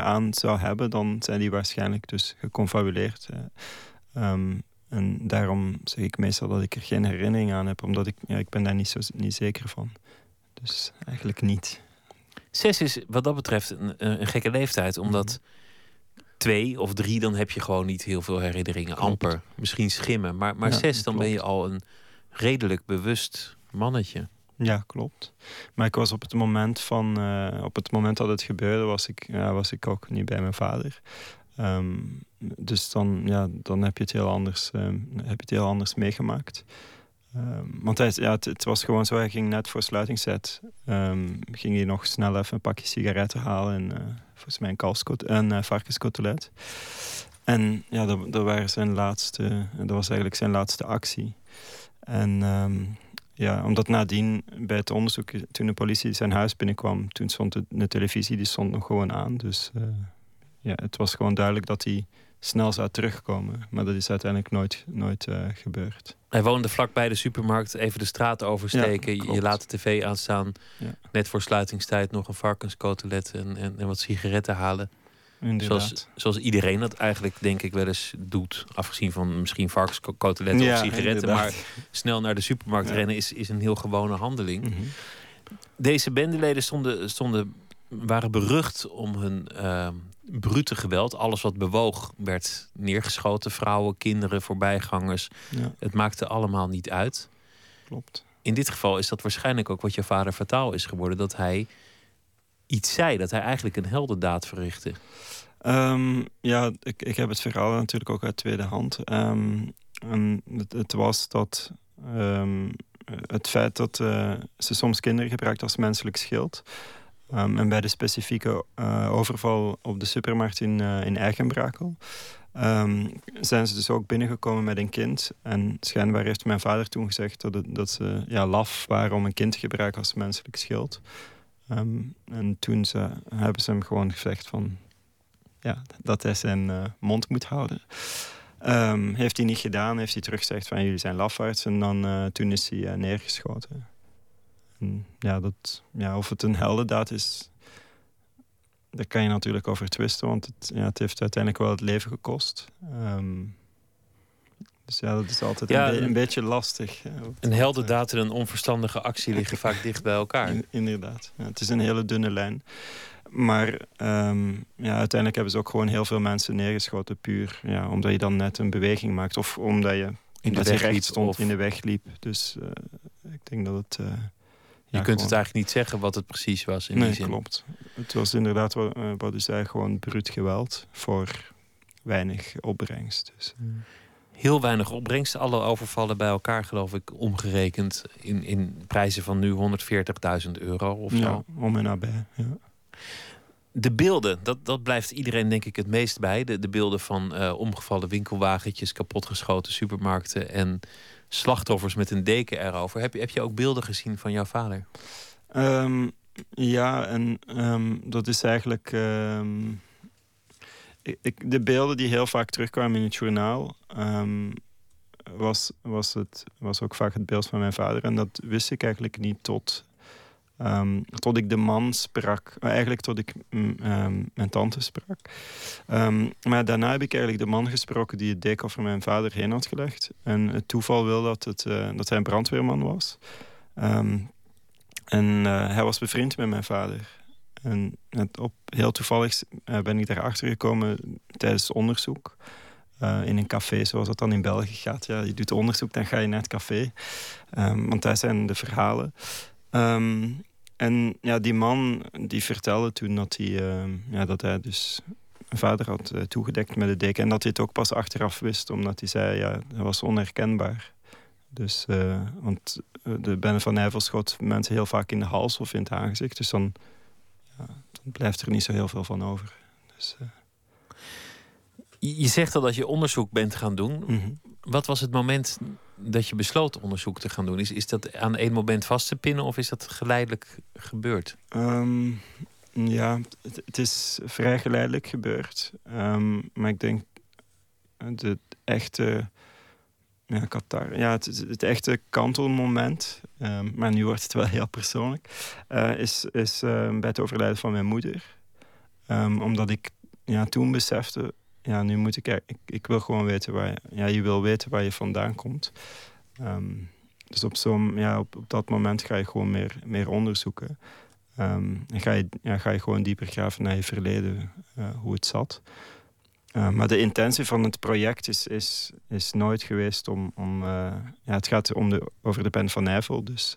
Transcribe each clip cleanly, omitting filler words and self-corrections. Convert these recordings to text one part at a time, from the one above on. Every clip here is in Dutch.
aan zou hebben, dan zijn die waarschijnlijk dus geconfabuleerd. En daarom zeg ik meestal dat ik er geen herinnering aan heb, omdat ik ben daar niet zeker van. Dus eigenlijk niet. 6 is wat dat betreft een gekke leeftijd, omdat 2 of 3, dan heb je gewoon niet heel veel herinneringen. Klopt. Amper, misschien schimmen. Maar 6, dan ben je al een redelijk bewust mannetje. Ja, klopt. Maar ik was op het moment dat het gebeurde, was ik ook niet bij mijn vader. Dus dan heb je het heel anders meegemaakt. Want het was gewoon zo, hij ging net voor sluitingstijd. Ging hij nog snel even een pakje sigaretten halen en volgens mij een varkenskotelet. En ja, dat was eigenlijk zijn laatste actie. En omdat nadien bij het onderzoek, toen de politie zijn huis binnenkwam, toen stond de televisie, die stond nog gewoon aan. Dus het was gewoon duidelijk dat hij snel zou terugkomen. Maar dat is uiteindelijk nooit gebeurd. Hij woonde vlakbij de supermarkt, even de straat oversteken. Ja, je laat de tv aanstaan. Ja. Net voor sluitingstijd nog een varkenskotelet en wat sigaretten halen. Zoals iedereen dat eigenlijk, denk ik, wel eens doet. Afgezien van misschien varkenskoteletten of sigaretten. Inderdaad. Maar snel naar de supermarkt rennen is een heel gewone handeling. Mm-hmm. Deze bendeleden waren berucht om hun brute geweld. Alles wat bewoog werd neergeschoten. Vrouwen, kinderen, voorbijgangers. Ja. Het maakte allemaal niet uit. Klopt. In dit geval is dat waarschijnlijk ook wat je vader fataal is geworden. Dat hij iets zei. Dat hij eigenlijk een heldendaad verrichtte. Ik heb het verhaal natuurlijk ook uit tweede hand. En het was dat het feit dat ze soms kinderen gebruikt als menselijk schild. En bij de specifieke overval op de supermarkt in Eigenbrakel zijn ze dus ook binnengekomen met een kind. En schijnbaar heeft mijn vader toen gezegd dat ze laf waren om een kind te gebruiken als menselijk schild. En toen hebben ze hem gewoon gezegd van dat hij zijn mond moet houden. Heeft hij niet gedaan, heeft hij teruggezegd van jullie zijn lafaards. En dan toen is hij neergeschoten. En of het een heldendaad is, daar kan je natuurlijk over twisten, want het heeft uiteindelijk wel het leven gekost. Dus dat is altijd een beetje lastig. Een heldendaad en een onverstandige actie liggen vaak dicht bij elkaar. Inderdaad. Ja, het is een hele dunne lijn. Maar uiteindelijk hebben ze ook gewoon heel veel mensen neergeschoten. Puur omdat je dan net een beweging maakt. Of omdat je recht stond, in de weg liep. Dus ik denk dat het... je kunt het eigenlijk niet zeggen wat het precies was in die zin. Klopt. Het was inderdaad wat u zei, gewoon bruut geweld voor weinig opbrengst. Dus, Heel weinig opbrengst. Alle overvallen bij elkaar, geloof ik, omgerekend in prijzen van nu €140.000 of zo. Ja, om en nabij. Ja. De beelden, dat blijft iedereen denk ik het meest bij. De beelden van omgevallen winkelwagentjes, kapotgeschoten supermarkten en slachtoffers met een deken erover. Heb je ook beelden gezien van jouw vader? Dat is eigenlijk... de beelden die heel vaak terugkwamen in het journaal... was ook vaak het beeld van mijn vader. En dat wist ik eigenlijk niet tot ik de man sprak. Eigenlijk tot ik mijn tante sprak. Maar daarna heb ik eigenlijk de man gesproken die het dek over mijn vader heen had gelegd. En het toeval wil dat hij een brandweerman was. Hij was bevriend met mijn vader. En heel toevallig ben ik daarachter gekomen tijdens het onderzoek. In een café, zoals dat dan in België gaat. Ja, je doet onderzoek, dan ga je naar het café. Want daar zijn de verhalen. Die man die vertelde toen dat hij dus mijn vader had toegedekt met de deken. En dat hij het ook pas achteraf wist, omdat hij zei, hij was onherkenbaar. Dus, want de bende van Nijvel schoot mensen heel vaak in de hals of in het aangezicht. Dus dan blijft er niet zo heel veel van over. Dus, Je zegt al dat je onderzoek bent gaan doen. Mm-hmm. Wat was het moment dat je besloot onderzoek te gaan doen? Is dat aan één moment vast te pinnen of is dat geleidelijk gebeurd? Het is vrij geleidelijk gebeurd. Maar ik denk het echte... het echte kantelmoment, maar nu wordt het wel heel persoonlijk, is bij het overlijden van mijn moeder. Omdat ik toen besefte... Ja, nu moet ik wil gewoon weten je wil weten waar je vandaan komt. Dus op dat moment ga je gewoon meer onderzoeken. En ga je gewoon dieper graven naar je verleden, hoe het zat. Maar de intentie van het project is nooit geweest om het gaat over de pen van Nijvel. Dus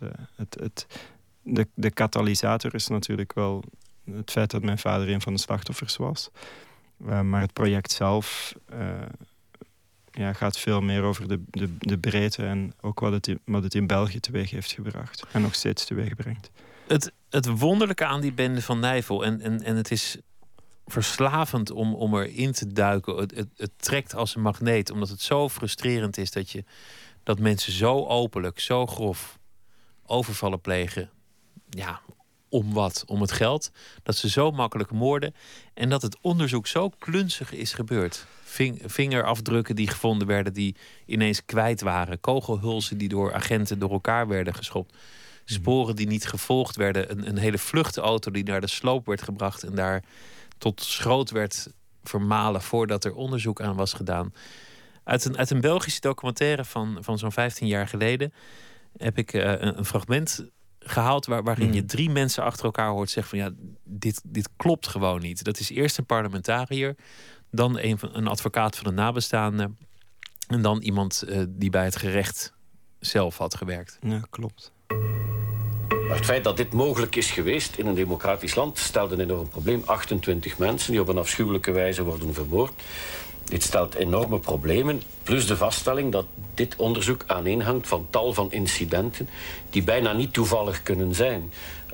de katalysator is natuurlijk wel het feit dat mijn vader een van de slachtoffers was. Maar het project zelf gaat veel meer over de breedte en ook wat het in België teweeg heeft gebracht. En nog steeds teweeg brengt. Het wonderlijke aan die bende van Nijvel, en het is verslavend om erin te duiken. Het trekt als een magneet, omdat het zo frustrerend is dat mensen zo openlijk, zo grof overvallen plegen. Ja, om wat? Om het geld. Dat ze zo makkelijk moorden. En dat het onderzoek zo klunzig is gebeurd. Vingerafdrukken die gevonden werden, die ineens kwijt waren. Kogelhulzen die door agenten door elkaar werden geschopt. Sporen die niet gevolgd werden. Een hele vluchtauto die naar de sloop werd gebracht en daar tot schroot werd vermalen voordat er onderzoek aan was gedaan. Uit een Belgische documentaire van zo'n 15 jaar geleden heb ik een fragment gehaald waarin je 3 mensen achter elkaar hoort zeggen van dit klopt gewoon niet. Dat is eerst een parlementariër, dan een advocaat van een nabestaande en dan iemand die bij het gerecht zelf had gewerkt. Ja, klopt. Maar het feit dat dit mogelijk is geweest in een democratisch land stelt een enorm probleem. 28 mensen die op een afschuwelijke wijze worden vermoord. Dit stelt enorme problemen, plus de vaststelling dat dit onderzoek aaneenhangt van tal van incidenten die bijna niet toevallig kunnen zijn.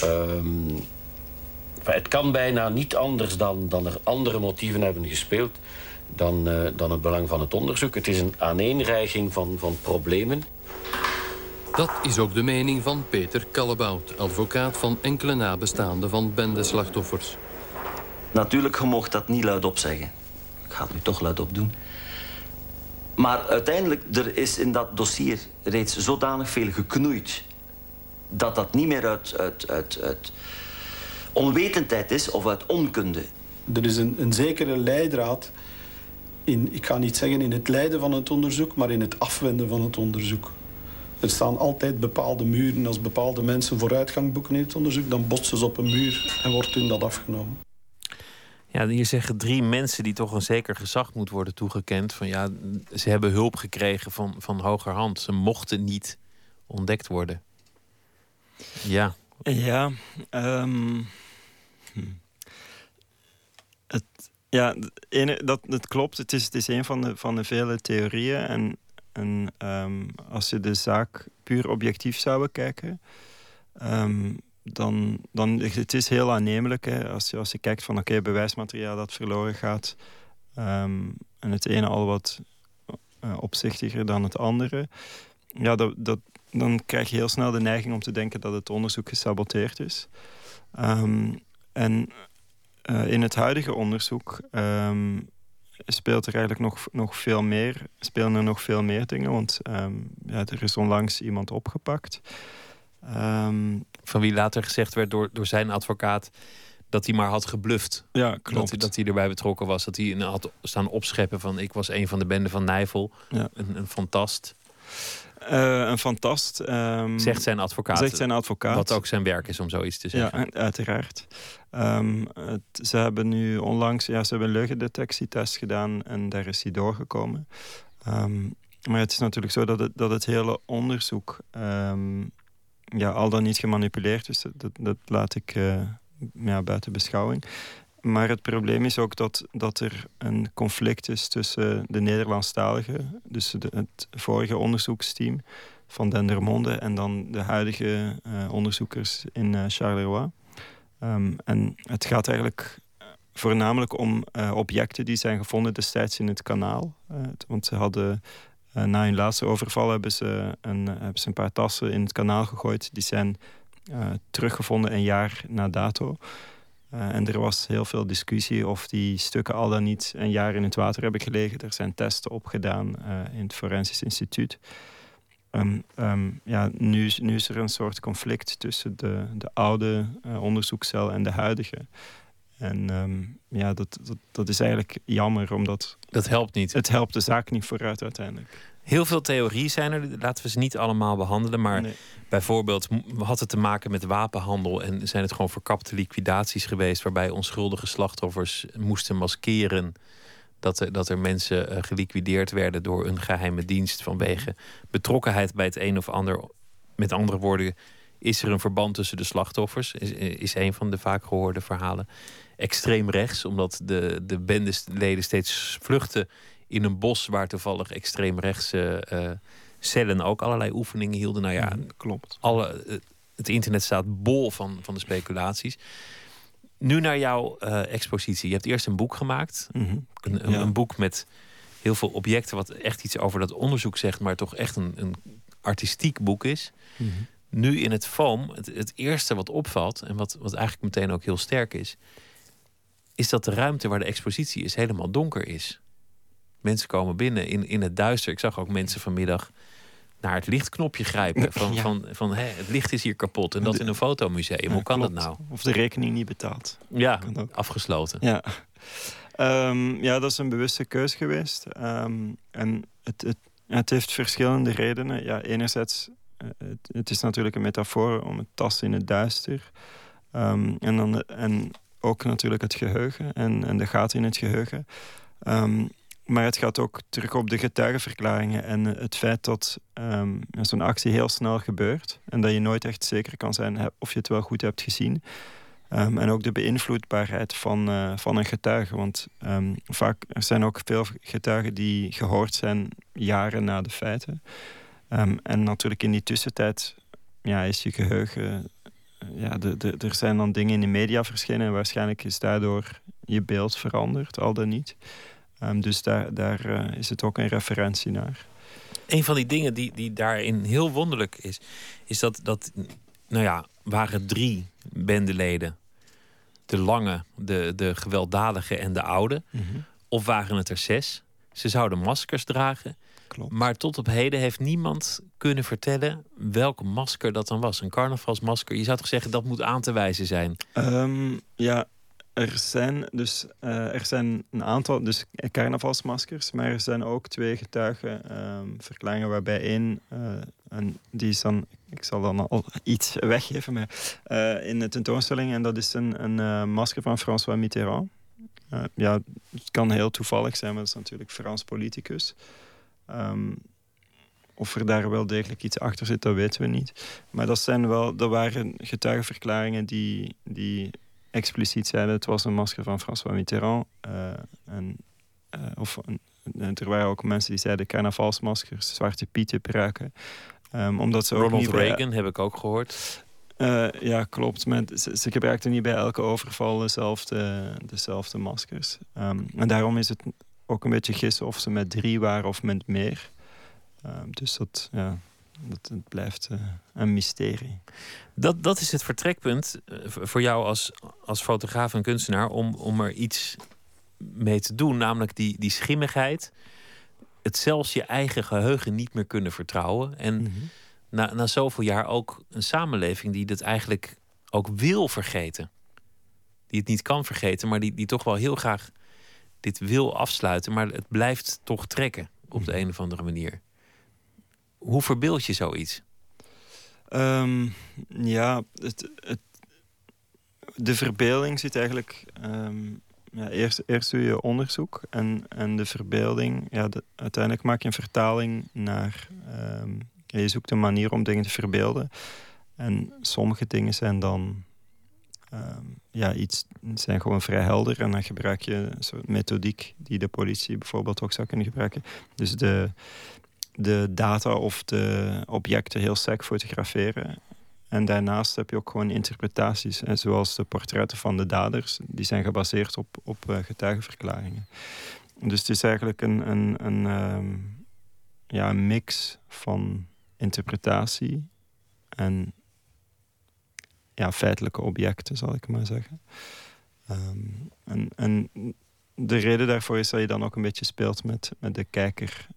Het kan bijna niet anders dan er andere motieven hebben gespeeld dan het belang van het onderzoek. Het is een aaneenreiging van problemen. Dat is ook de mening van Peter Kallebout, advocaat van enkele nabestaanden van bendeslachtoffers. Natuurlijk, je mag dat niet luidop zeggen. Ik ga het nu toch luidop doen. Maar uiteindelijk, er is in dat dossier reeds zodanig veel geknoeid dat niet meer uit onwetendheid is of uit onkunde. Er is een zekere leidraad ik ga niet zeggen in het leiden van het onderzoek, maar in het afwenden van het onderzoek. Er staan altijd bepaalde muren. Als bepaalde mensen vooruitgang boeken in het onderzoek, dan botsen ze op een muur en wordt hun dat afgenomen. Ja, hier zeggen 3 mensen die toch een zeker gezag moet worden toegekend. Van ze hebben hulp gekregen van hogerhand. Ze mochten niet ontdekt worden. Ja. Ja, dat klopt. Het is een van de vele theorieën. En als je de zaak puur objectief zou bekijken, dan het is heel aannemelijk. Hè, als je kijkt van bewijsmateriaal dat verloren gaat. En het ene al wat opzichtiger dan het andere. Ja, dan krijg je heel snel de neiging om te denken dat het onderzoek gesaboteerd is. In het huidige onderzoek speelt er eigenlijk spelen er nog veel meer dingen. Want er is onlangs iemand opgepakt. Van wie later gezegd werd door zijn advocaat dat hij maar had gebluft. Ja, klopt. Dat hij erbij betrokken was. Dat hij had staan opscheppen van ik was een van de bende van Nijvel. Ja. Een fantast. Een fantast. Zegt zijn advocaat. Wat ook zijn werk is om zoiets te zeggen. Ja, uiteraard. Ze hebben nu onlangs een leugendetectietest gedaan en daar is hij doorgekomen. Maar het is natuurlijk zo dat het hele onderzoek al dan niet gemanipuleerd is. Dat laat ik buiten beschouwing. Maar het probleem is ook dat er een conflict is tussen de Nederlandstaligen, dus het vorige onderzoeksteam van Dendermonde en dan de huidige onderzoekers in Charleroi. En het gaat eigenlijk voornamelijk om objecten die zijn gevonden destijds in het kanaal. Want ze hadden na hun laatste overval hebben ze een paar tassen in het kanaal gegooid. Die zijn teruggevonden een jaar na dato. En er was heel veel discussie of die stukken al dan niet een jaar in het water hebben gelegen. Er zijn testen op gedaan in het Forensisch Instituut. Nu is er een soort conflict tussen de oude onderzoekscel en de huidige. En dat is eigenlijk jammer, omdat... Dat helpt niet. Het helpt de zaak niet vooruit uiteindelijk. Heel veel theorieën zijn er. Laten we ze niet allemaal behandelen. Maar bijvoorbeeld had het te maken met wapenhandel. En zijn het gewoon verkapte liquidaties geweest, waarbij onschuldige slachtoffers moesten maskeren dat er mensen geliquideerd werden door een geheime dienst vanwege betrokkenheid bij het een of ander. Met andere woorden, is er een verband tussen de slachtoffers? Is een van de vaak gehoorde verhalen. Extreem rechts, omdat de bendeleden steeds vluchten in een bos waar toevallig extreemrechtse cellen ook allerlei oefeningen hielden. Nou ja, klopt. Het internet staat bol van de speculaties. Nu naar jouw expositie. Je hebt eerst een boek gemaakt. Een boek met heel veel objecten, wat echt iets over dat onderzoek zegt, maar toch echt een artistiek boek is. Nu in het Foam, het eerste wat opvalt, en wat eigenlijk meteen ook heel sterk is dat de ruimte waar de expositie is helemaal donker is. Mensen komen binnen in het duister. Ik zag ook mensen vanmiddag naar het lichtknopje grijpen. Van het licht is hier kapot. En dat in een fotomuseum. Hoe kan dat nou? Of de rekening niet betaald. Ja, afgesloten. Ja. Dat is een bewuste keus geweest. En het heeft verschillende redenen. Ja, enerzijds, het is natuurlijk een metafoor om het tasten in het duister. En ook natuurlijk het geheugen en de gaten in het geheugen. Maar het gaat ook terug op de getuigenverklaringen en het feit dat zo'n actie heel snel gebeurt en dat je nooit echt zeker kan zijn of je het wel goed hebt gezien. En ook de beïnvloedbaarheid van een getuige. Want vaak er zijn ook veel getuigen die gehoord zijn jaren na de feiten. En natuurlijk in die tussentijd is je geheugen... er zijn dan dingen in de media verschenen en waarschijnlijk is daardoor je beeld veranderd, al dan niet. Dus daar is het ook een referentie naar. Een van die dingen die daarin heel wonderlijk is dat waren 3 bendeleden. De lange, de gewelddadige en de oude. Of waren het er 6? Ze zouden maskers dragen. Klopt. Maar tot op heden heeft niemand kunnen vertellen welk masker dat dan was. Een carnavalsmasker. Je zou toch zeggen dat moet aan te wijzen zijn? Er zijn een aantal carnavalsmaskers, maar er zijn ook 2 getuigenverklaringen waarbij één, en die is dan, ik zal dan al iets weggeven, maar in de tentoonstelling, en dat is een masker van François Mitterrand. Het kan heel toevallig zijn, maar dat is natuurlijk Frans politicus. Of er daar wel degelijk iets achter zit, dat weten we niet. Maar dat waren getuigenverklaringen die expliciet zeiden, het was een masker van François Mitterrand. Er waren ook mensen die zeiden carnavalsmaskers, Zwarte Pieten pruiken. Omdat ze ook Ronald niet Reagan heb ik ook gehoord. Ja, klopt. Maar ze gebruikten niet bij elke overval dezelfde maskers. En daarom is het ook een beetje gissen of ze met 3 waren of met meer. Dus dat blijft een mysterie. Dat is het vertrekpunt voor jou als fotograaf en kunstenaar om er iets mee te doen. Namelijk die schimmigheid. Het zelfs je eigen geheugen niet meer kunnen vertrouwen. En na zoveel jaar ook een samenleving die dat eigenlijk ook wil vergeten. Die het niet kan vergeten, maar die toch wel heel graag dit wil afsluiten. Maar het blijft toch trekken op de een of andere manier. Hoe verbeeld je zoiets? De verbeelding zit eigenlijk... eerst doe je onderzoek en de verbeelding... uiteindelijk maak je een vertaling naar... je zoekt een manier om dingen te verbeelden. En sommige dingen zijn dan... zijn gewoon vrij helder. En dan gebruik je een soort methodiek die de politie bijvoorbeeld ook zou kunnen gebruiken. Dus de data of de objecten heel sec fotograferen. En daarnaast heb je ook gewoon interpretaties. En zoals de portretten van de daders. Die zijn gebaseerd op getuigenverklaringen. Dus het is eigenlijk een mix van interpretatie en feitelijke objecten, zal ik maar zeggen. En de reden daarvoor is dat je dan ook een beetje speelt met de kijker.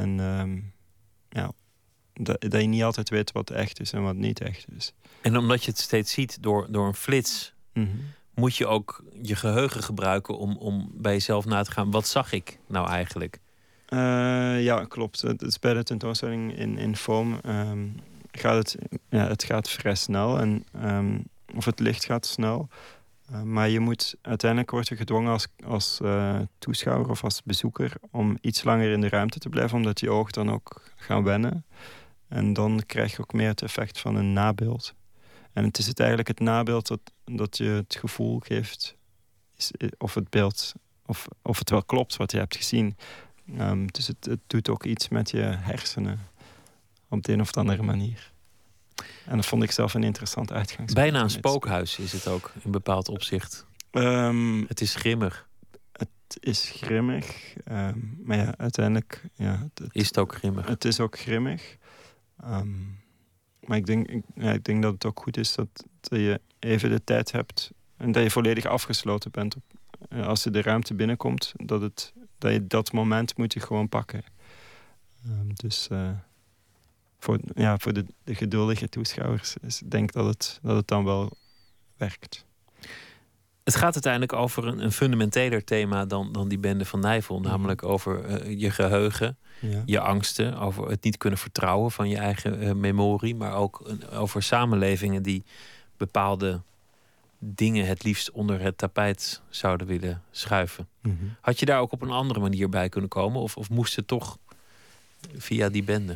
Dat je niet altijd weet wat echt is en wat niet echt is. En omdat je het steeds ziet door een flits... moet je ook je geheugen gebruiken om bij jezelf na te gaan. Wat zag ik nou eigenlijk? Ja, klopt. Het is bij de tentoonstelling in Foam gaat het gaat vrij snel. Of het licht gaat snel. Maar je moet uiteindelijk word je gedwongen als toeschouwer of als bezoeker om iets langer in de ruimte te blijven, omdat je ogen dan ook gaan wennen. En dan krijg je ook meer het effect van een nabeeld. En het is eigenlijk het nabeeld dat je het gevoel geeft of het beeld, of het wel klopt wat je hebt gezien. Dus het doet ook iets met je hersenen op de een of andere manier. En dat vond ik zelf een interessant uitgangspunt. Bijna een spookhuis is het ook in bepaald opzicht. Het is grimmig. Het is grimmig. Maar ja, uiteindelijk... Ja, is het ook grimmig? Het is ook grimmig. Maar ik denk dat het ook goed is dat je even de tijd hebt en dat je volledig afgesloten bent. Als je de ruimte binnenkomt, dat je dat moment moet je gewoon pakken. Dus voor de geduldige toeschouwers denk ik dat het dan wel werkt. Het gaat uiteindelijk over een fundamenteler thema dan die bende van Nijvel. Namelijk over je geheugen, je angsten, over het niet kunnen vertrouwen van je eigen memorie. Maar ook over samenlevingen die bepaalde dingen het liefst onder het tapijt zouden willen schuiven. Mm-hmm. Had je daar ook op een andere manier bij kunnen komen? Of moest het toch via die bende?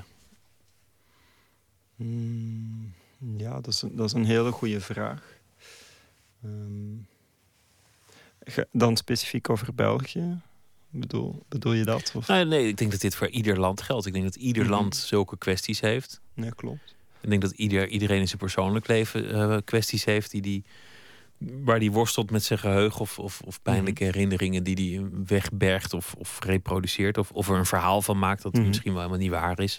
Ja, dat is een hele goede vraag. Dan specifiek over België? Bedoel je dat? Of? Nee, ik denk dat dit voor ieder land geldt. Ik denk dat ieder land zulke kwesties heeft. Ja, klopt. Ik denk dat iedereen in zijn persoonlijk leven kwesties heeft waar die worstelt met zijn geheugen of pijnlijke herinneringen die hij wegbergt of reproduceert. Of er een verhaal van maakt dat misschien wel helemaal niet waar is.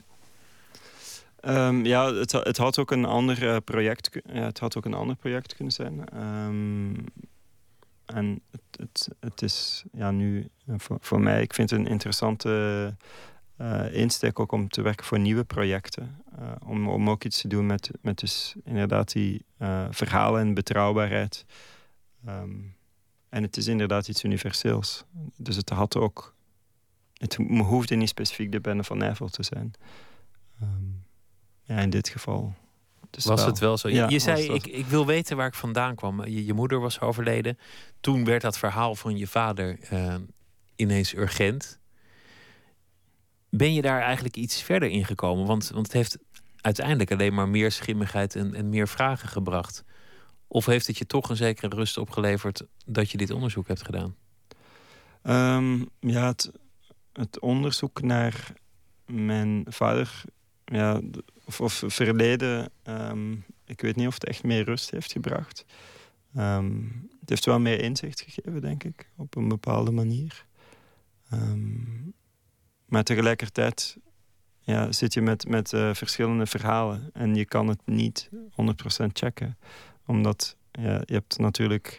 Het had ook een ander project. Het had ook een ander project kunnen zijn. En het is nu voor mij, ik vind het een interessante insteek ook om te werken voor nieuwe projecten. Om ook iets te doen met dus inderdaad die verhalen en betrouwbaarheid. En het is inderdaad iets universeels. Dus het hoefde niet specifiek de bende van Nijvel te zijn. In dit geval. Dus was het wel zo? Ja, je zei, ik wil weten waar ik vandaan kwam. Je moeder was overleden. Toen werd dat verhaal van je vader ineens urgent. Ben je daar eigenlijk iets verder in gekomen? Want het heeft uiteindelijk alleen maar meer schimmigheid en meer vragen gebracht. Of heeft het je toch een zekere rust opgeleverd dat je dit onderzoek hebt gedaan? Het onderzoek naar mijn vader... Of verleden, ik weet niet of het echt meer rust heeft gebracht. Het heeft wel meer inzicht gegeven, denk ik, op een bepaalde manier. Maar tegelijkertijd zit je met verschillende verhalen en je kan het niet 100% checken. Omdat je hebt natuurlijk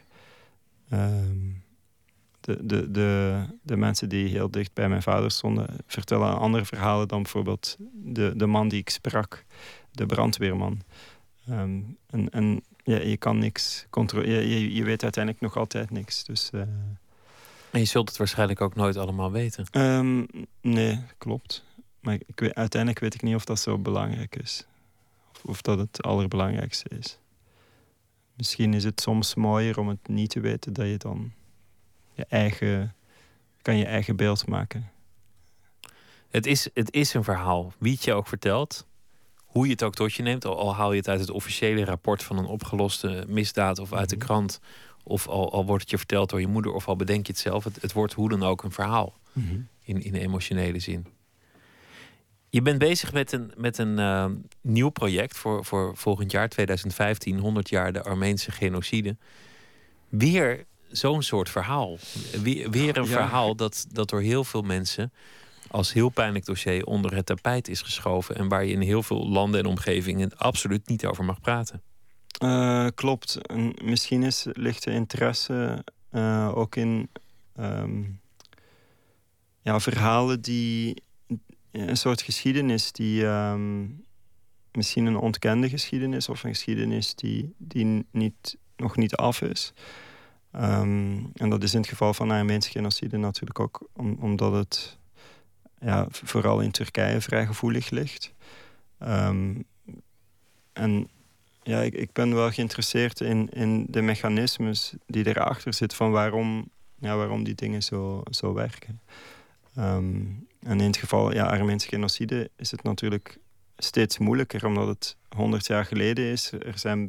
de mensen die heel dicht bij mijn vader stonden vertellen andere verhalen dan bijvoorbeeld de man die ik sprak, de brandweerman. Je kan niks controleren. Je weet uiteindelijk nog altijd niks. Dus, en je zult het waarschijnlijk ook nooit allemaal weten. Nee, klopt. Maar uiteindelijk weet ik niet of dat zo belangrijk is. Of dat het allerbelangrijkste is. Misschien is het soms mooier om het niet te weten, dat je dan je eigen beeld maken. Het is een verhaal. Wie het je ook vertelt, hoe je het ook tot je neemt, al haal je het uit het officiële rapport van een opgeloste misdaad of uit de krant, of al wordt het je verteld door je moeder, of al bedenk je het zelf. Het wordt hoe dan ook een verhaal in emotionele zin. Je bent bezig met een nieuw project voor volgend jaar, 2015, 100 jaar de Armeense genocide. Weer zo'n soort verhaal. Weer een verhaal dat door heel veel mensen als heel pijnlijk dossier onder het tapijt is geschoven en waar je in heel veel landen en omgevingen absoluut niet over mag praten. Klopt. En misschien ligt de interesse ook in verhalen die een soort geschiedenis die misschien een ontkende geschiedenis of een geschiedenis die nog niet af is. En dat is in het geval van de Armeense genocide natuurlijk ook omdat het vooral in Turkije vrij gevoelig ligt. En ja, ik ben wel geïnteresseerd in de mechanismes die erachter zitten van waarom die dingen zo werken. En in het geval Armeense genocide is het natuurlijk steeds moeilijker, omdat het 100 jaar geleden is. Er zijn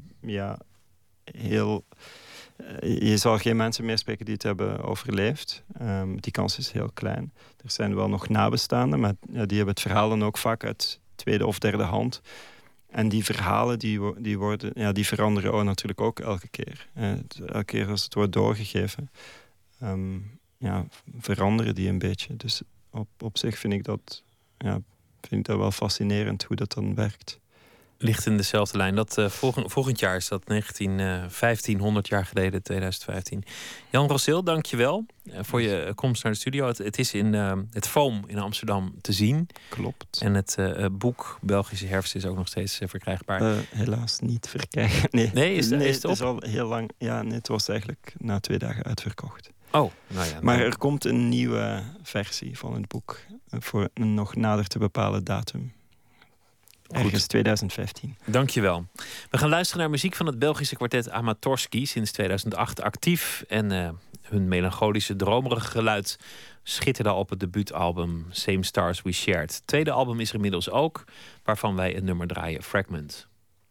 je zal geen mensen meer spreken die het hebben overleefd. Die kans is heel klein. Er zijn wel nog nabestaanden, maar die hebben het verhaal dan ook vaak uit tweede of derde hand. En die verhalen die veranderen natuurlijk ook elke keer. Elke keer als het wordt doorgegeven, veranderen die een beetje. Dus op zich vind ik dat wel fascinerend hoe dat dan werkt. Ligt in dezelfde lijn. Dat volgend jaar is dat 1500 jaar geleden, 2015. Jan Rosseel, dank je wel voor je komst naar de studio. Het is in het Foam in Amsterdam te zien. Klopt. En het boek Belgische Herfst is ook nog steeds verkrijgbaar. Helaas niet verkrijgbaar. Nee, is het op? Is al heel lang. Ja, nee, het was eigenlijk na 2 dagen uitverkocht. Oh, nou ja. Maar er komt een nieuwe versie van het boek voor een nog nader te bepalen datum. Ergens 2015. Dankjewel. We gaan luisteren naar muziek van het Belgische kwartet Amatorski, sinds 2008 actief. En hun melancholische, dromerige geluid schitterde al op het debuutalbum Same Stars We Shared. Het tweede album is er inmiddels ook, waarvan wij een nummer draaien, Fragment.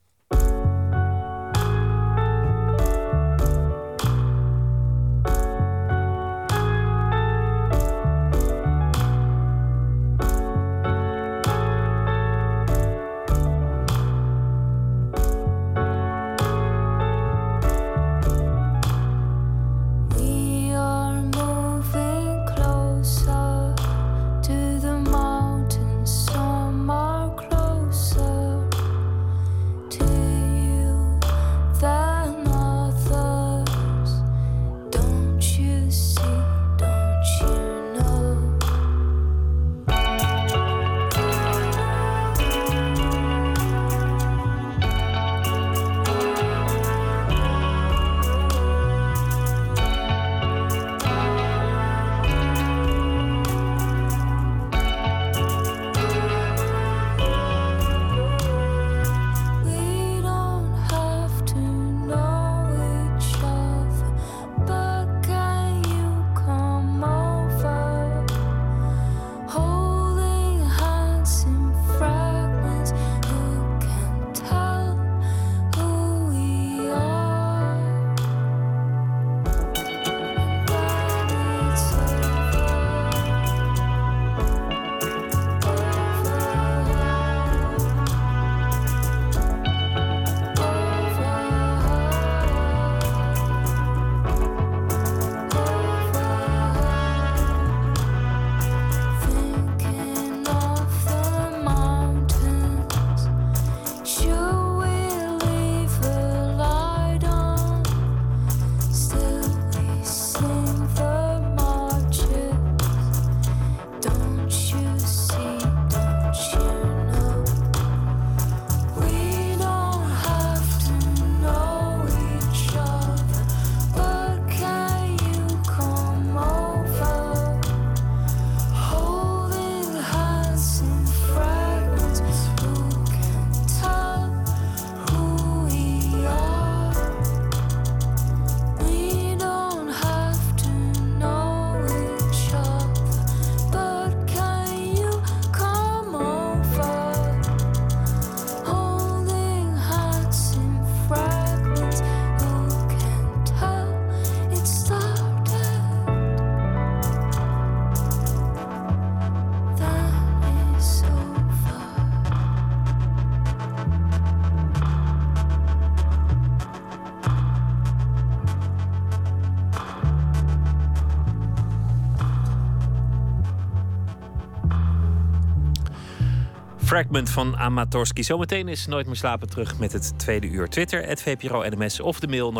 Fragment van Amatorski. Zometeen is Nooit meer slapen terug met het tweede uur. Twitter, @VPRO-NMS of de mail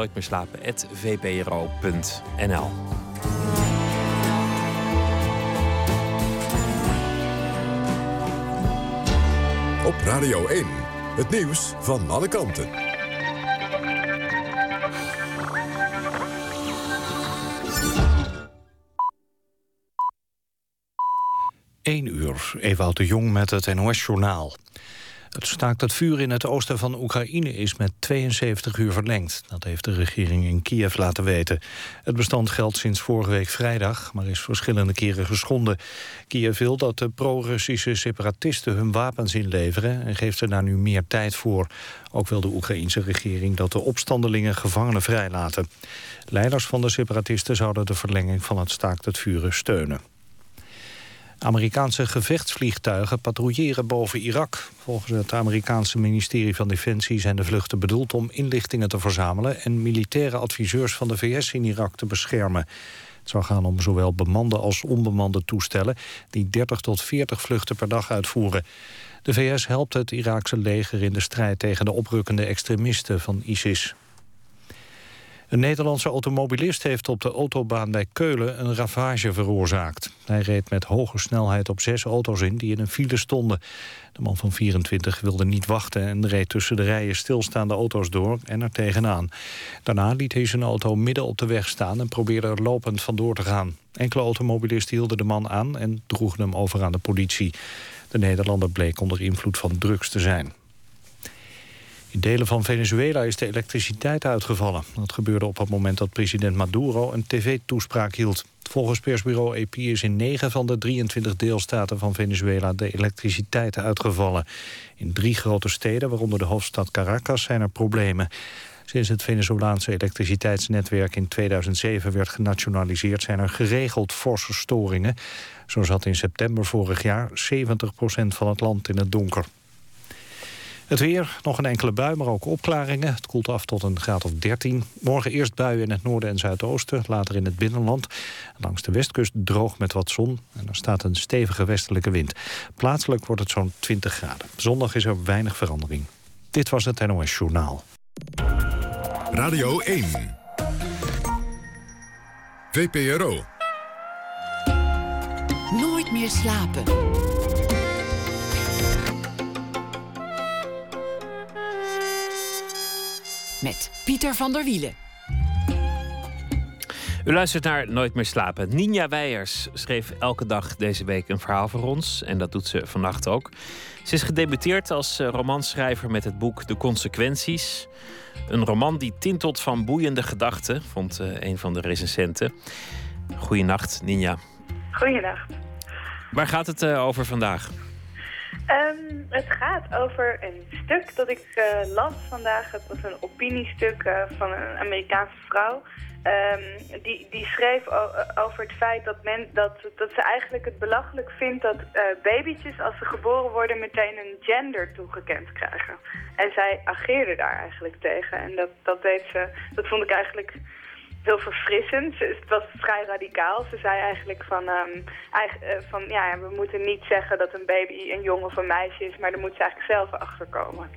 nooitmeerslapen@vpro.nl. Op Radio 1, het nieuws van alle kanten. 1 uur, Ewout de Jong met het NOS-journaal. Het staakt het vuur in het oosten van Oekraïne is met 72 uur verlengd. Dat heeft de regering in Kiev laten weten. Het bestand geldt sinds vorige week vrijdag, maar is verschillende keren geschonden. Kiev wil dat de pro-Russische separatisten hun wapens inleveren en geeft er daar nu meer tijd voor. Ook wil de Oekraïense regering dat de opstandelingen gevangenen vrijlaten. Leiders van de separatisten zouden de verlenging van het staakt het vuren steunen. Amerikaanse gevechtsvliegtuigen patrouilleren boven Irak. Volgens het Amerikaanse ministerie van Defensie zijn de vluchten bedoeld om inlichtingen te verzamelen en militaire adviseurs van de VS in Irak te beschermen. Het zou gaan om zowel bemande als onbemande toestellen die 30 tot 40 vluchten per dag uitvoeren. De VS helpt het Iraakse leger in de strijd tegen de oprukkende extremisten van ISIS. Een Nederlandse automobilist heeft op de autobaan bij Keulen een ravage veroorzaakt. Hij reed met hoge snelheid op 6 auto's in die in een file stonden. De man van 24 wilde niet wachten en reed tussen de rijen stilstaande auto's door en er tegenaan. Daarna liet hij zijn auto midden op de weg staan en probeerde er lopend vandoor te gaan. Enkele automobilisten hielden de man aan en droegen hem over aan de politie. De Nederlander bleek onder invloed van drugs te zijn. In delen van Venezuela is de elektriciteit uitgevallen. Dat gebeurde op het moment dat president Maduro een tv-toespraak hield. Volgens persbureau AP is in 9 van de 23 deelstaten van Venezuela de elektriciteit uitgevallen. In 3 grote steden, waaronder de hoofdstad Caracas, zijn er problemen. Sinds het Venezolaanse elektriciteitsnetwerk in 2007 werd genationaliseerd, zijn er geregeld forse storingen. Zo zat in september vorig jaar 70% van het land in het donker. Het weer, nog een enkele bui, maar ook opklaringen. Het koelt af tot een graad of 13. Morgen eerst buien in het noorden en zuidoosten, later in het binnenland. Langs de westkust droog met wat zon en er staat een stevige westelijke wind. Plaatselijk wordt het zo'n 20 graden. Zondag is er weinig verandering. Dit was het NOS Journaal. Radio 1. VPRO. Nooit meer slapen. Met Pieter van der Wielen. U luistert naar Nooit meer slapen. Ninja Weijers schreef elke dag deze week een verhaal voor ons. En dat doet ze vannacht ook. Ze is gedebuteerd als romanschrijver met het boek De Consequenties. Een roman die tintelt van boeiende gedachten, vond een van de recensenten. Goeienacht, Ninja. Goeienacht. Waar gaat het over vandaag? Het gaat over een stuk dat ik las vandaag. Het was een opiniestuk van een Amerikaanse vrouw. Die schreef over het feit dat ze eigenlijk het belachelijk vindt dat babytjes, als ze geboren worden, meteen een gender toegekend krijgen. En zij ageerde daar eigenlijk tegen. En dat vond ik eigenlijk heel verfrissend. Het was vrij radicaal. Ze zei eigenlijk we moeten niet zeggen dat een baby een jongen of een meisje is, maar daar moet ze eigenlijk zelf achter komen.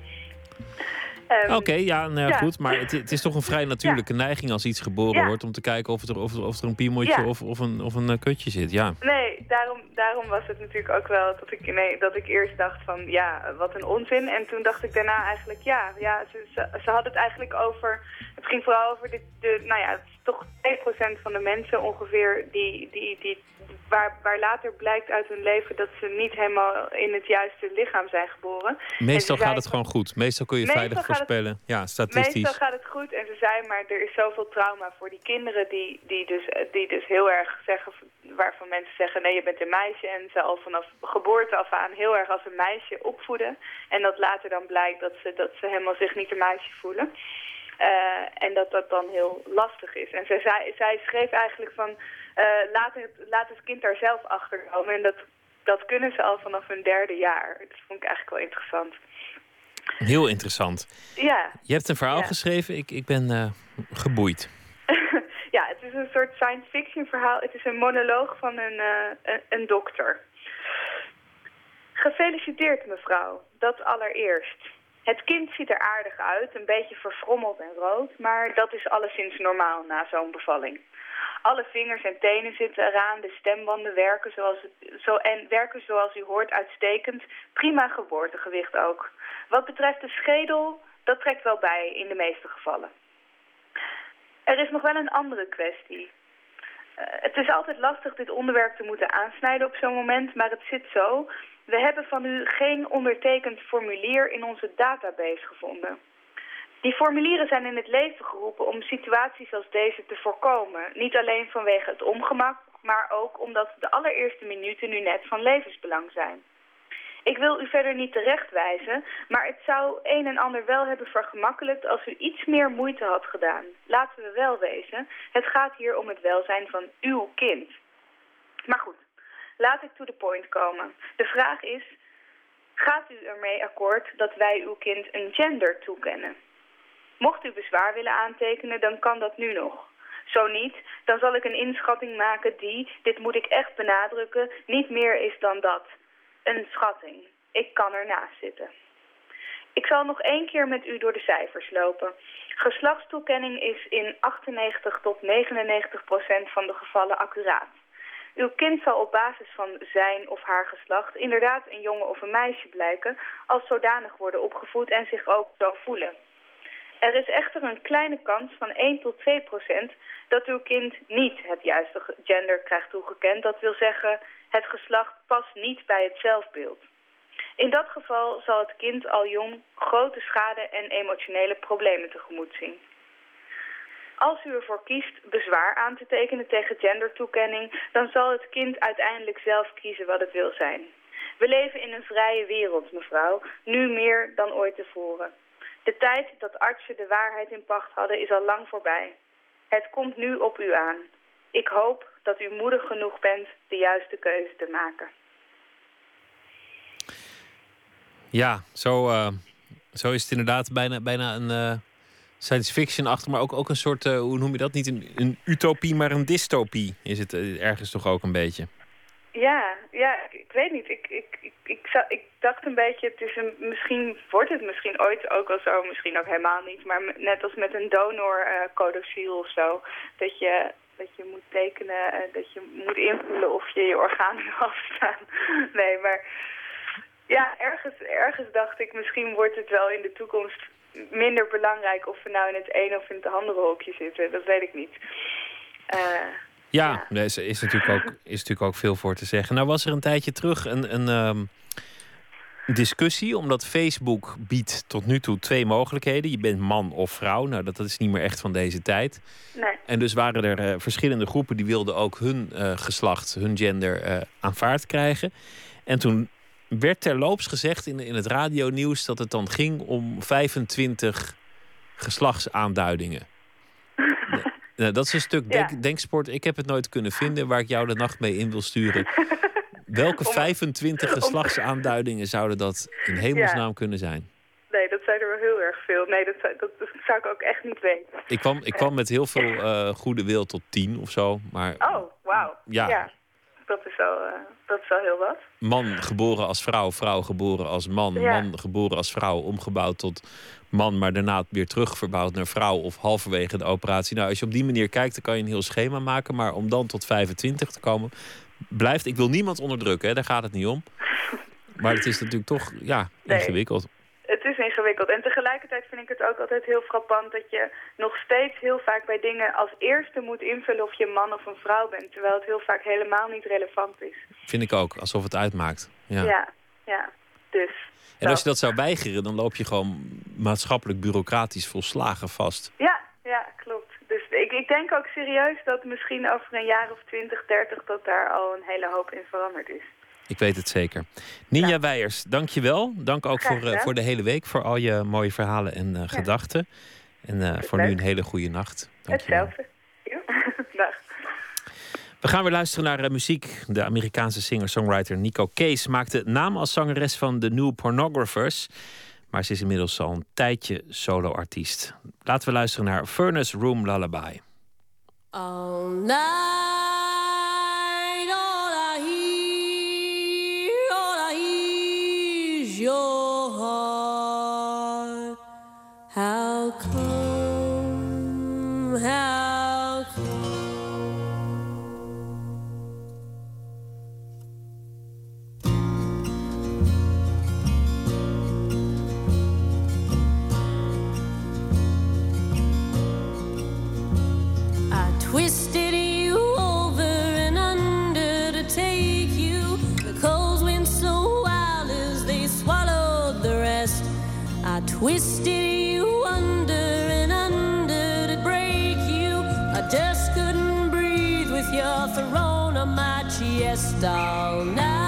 Goed. Maar het is toch een vrij natuurlijke neiging als iets geboren wordt om te kijken of er een piemeltje of een kutje zit. Ja. Nee, daarom was het natuurlijk ook wel dat ik eerst dacht van wat een onzin. En toen dacht ik daarna eigenlijk ze had het eigenlijk over. Het ging vooral over toch 2% van de mensen ongeveer waar later blijkt uit hun leven dat ze niet helemaal in het juiste lichaam zijn geboren. Meestal gaat het gewoon goed. Meestal kun je veilig voorspellen. Ja, statistisch. Meestal gaat het goed. En ze zei, maar er is zoveel trauma voor die kinderen die dus heel erg zeggen, waarvan mensen zeggen, nee, je bent een meisje. En ze al vanaf geboorte af aan heel erg als een meisje opvoeden. En dat later dan blijkt dat ze helemaal zich niet een meisje voelen. En dat dan heel lastig is. En zij schreef eigenlijk van, laat het kind daar zelf achter komen. En dat kunnen ze al vanaf hun 3e jaar. Dat vond ik eigenlijk wel interessant. Heel interessant. Ja. Je hebt een verhaal geschreven. Ik ben geboeid. Ja, het is een soort science fiction verhaal. Het is een monoloog van een dokter. Gefeliciteerd, mevrouw. Dat allereerst. Het kind ziet er aardig uit, een beetje verfrommeld en rood, maar dat is alleszins normaal na zo'n bevalling. Alle vingers en tenen zitten eraan, de stembanden werken zoals u hoort uitstekend. Prima geboortegewicht ook. Wat betreft de schedel, dat trekt wel bij in de meeste gevallen. Er is nog wel een andere kwestie. Het is altijd lastig dit onderwerp te moeten aansnijden op zo'n moment, maar het zit zo. We hebben van u geen ondertekend formulier in onze database gevonden. Die formulieren zijn in het leven geroepen om situaties als deze te voorkomen. Niet alleen vanwege het ongemak, maar ook omdat de allereerste minuten nu net van levensbelang zijn. Ik wil u verder niet terechtwijzen, maar het zou een en ander wel hebben vergemakkelijkt als u iets meer moeite had gedaan. Laten we wel wezen, het gaat hier om het welzijn van uw kind. Maar goed, laat ik to the point komen. De vraag is, gaat u ermee akkoord dat wij uw kind een gender toekennen? Mocht u bezwaar willen aantekenen, dan kan dat nu nog. Zo niet, dan zal ik een inschatting maken die, dit moet ik echt benadrukken, niet meer is dan dat. Een schatting. Ik kan ernaast zitten. Ik zal nog 1 keer met u door de cijfers lopen. Geslachtstoekenning is in 98 tot 99% van de gevallen accuraat. Uw kind zal op basis van zijn of haar geslacht inderdaad een jongen of een meisje blijken, als zodanig worden opgevoed en zich ook zo voelen. Er is echter een kleine kans van 1 tot 2% dat uw kind niet het juiste gender krijgt toegekend. Dat wil zeggen, het geslacht past niet bij het zelfbeeld. In dat geval zal het kind al jong grote schade en emotionele problemen tegemoet zien. Als u ervoor kiest bezwaar aan te tekenen tegen gendertoekenning, dan zal het kind uiteindelijk zelf kiezen wat het wil zijn. We leven in een vrije wereld, mevrouw, nu meer dan ooit tevoren. De tijd dat artsen de waarheid in pacht hadden is al lang voorbij. Het komt nu op u aan. Ik hoop dat u moedig genoeg bent de juiste keuze te maken. Ja, zo is het inderdaad bijna een science fiction achter, maar ook een soort, hoe noem je dat? Niet een utopie, maar een dystopie is het ergens toch ook een beetje. Ja, ik weet niet. Ik dacht een beetje, misschien wordt het misschien ooit ook wel zo, misschien ook helemaal niet, maar net als met een donor-codiciel of zo, dat je moet tekenen, dat je moet invullen of je organen wil afstaan. Nee, maar ja, ergens dacht ik, misschien wordt het wel in de toekomst minder belangrijk of we nou in het een of in het andere hokje zitten. Dat weet ik niet. Ja, er is natuurlijk ook veel voor te zeggen. Nou was er een tijdje terug een discussie, omdat Facebook biedt tot nu toe 2 mogelijkheden. Je bent man of vrouw. Nou, dat is niet meer echt van deze tijd. Nee. En dus waren er verschillende groepen die wilden ook hun geslacht, hun gender aanvaard krijgen. En toen werd terloops gezegd in het radionieuws dat het dan ging om 25 geslachtsaanduidingen. Nou, dat is een stuk denksport. Ik heb het nooit kunnen vinden waar ik jou de nacht mee in wil sturen. Welke 25 geslachtsaanduidingen zouden dat in hemelsnaam kunnen zijn? Nee, dat zijn er wel heel erg veel. Nee, dat zou ik ook echt niet weten. Ik kwam met heel veel goede wil tot 10 of zo. Maar, oh, wauw. Ja. Dat is wel heel wat. Man geboren als vrouw, vrouw geboren als man. Ja. Man geboren als vrouw, omgebouwd tot man, maar daarna weer terug verbouwd naar vrouw of halverwege de operatie. Nou, als je op die manier kijkt, dan kan je een heel schema maken. Maar om dan tot 25 te komen, blijft... Ik wil niemand onderdrukken, hè, daar gaat het niet om. Maar het is natuurlijk toch ingewikkeld. Het is ingewikkeld. En tegelijkertijd vind ik het ook altijd heel frappant dat je nog steeds heel vaak bij dingen als eerste moet invullen of je een man of een vrouw bent. Terwijl het heel vaak helemaal niet relevant is. Vind ik ook, alsof het uitmaakt. Ja, dus. En als je dat zou weigeren, dan loop je gewoon maatschappelijk bureaucratisch volslagen vast. Ja, klopt. Dus ik denk ook serieus dat misschien over een jaar of 20, 30 dat daar al een hele hoop in veranderd is. Ik weet het zeker. Ninja Weijers, dank je wel. Dank ook voor de hele week, voor al je mooie verhalen en gedachten. En voor nu een hele goede nacht. Dank Hetzelfde. Dag. We gaan weer luisteren naar muziek. De Amerikaanse singer-songwriter Nico Case maakte naam als zangeres van de New Pornographers. Maar ze is inmiddels al een tijdje solo-artiest. Laten we luisteren naar Furnace Room Lullaby. All night, all I hear is your heart. How come, how come? I twisted you over twisted you under and under to break you. I just couldn't breathe with your throne on my chest all night.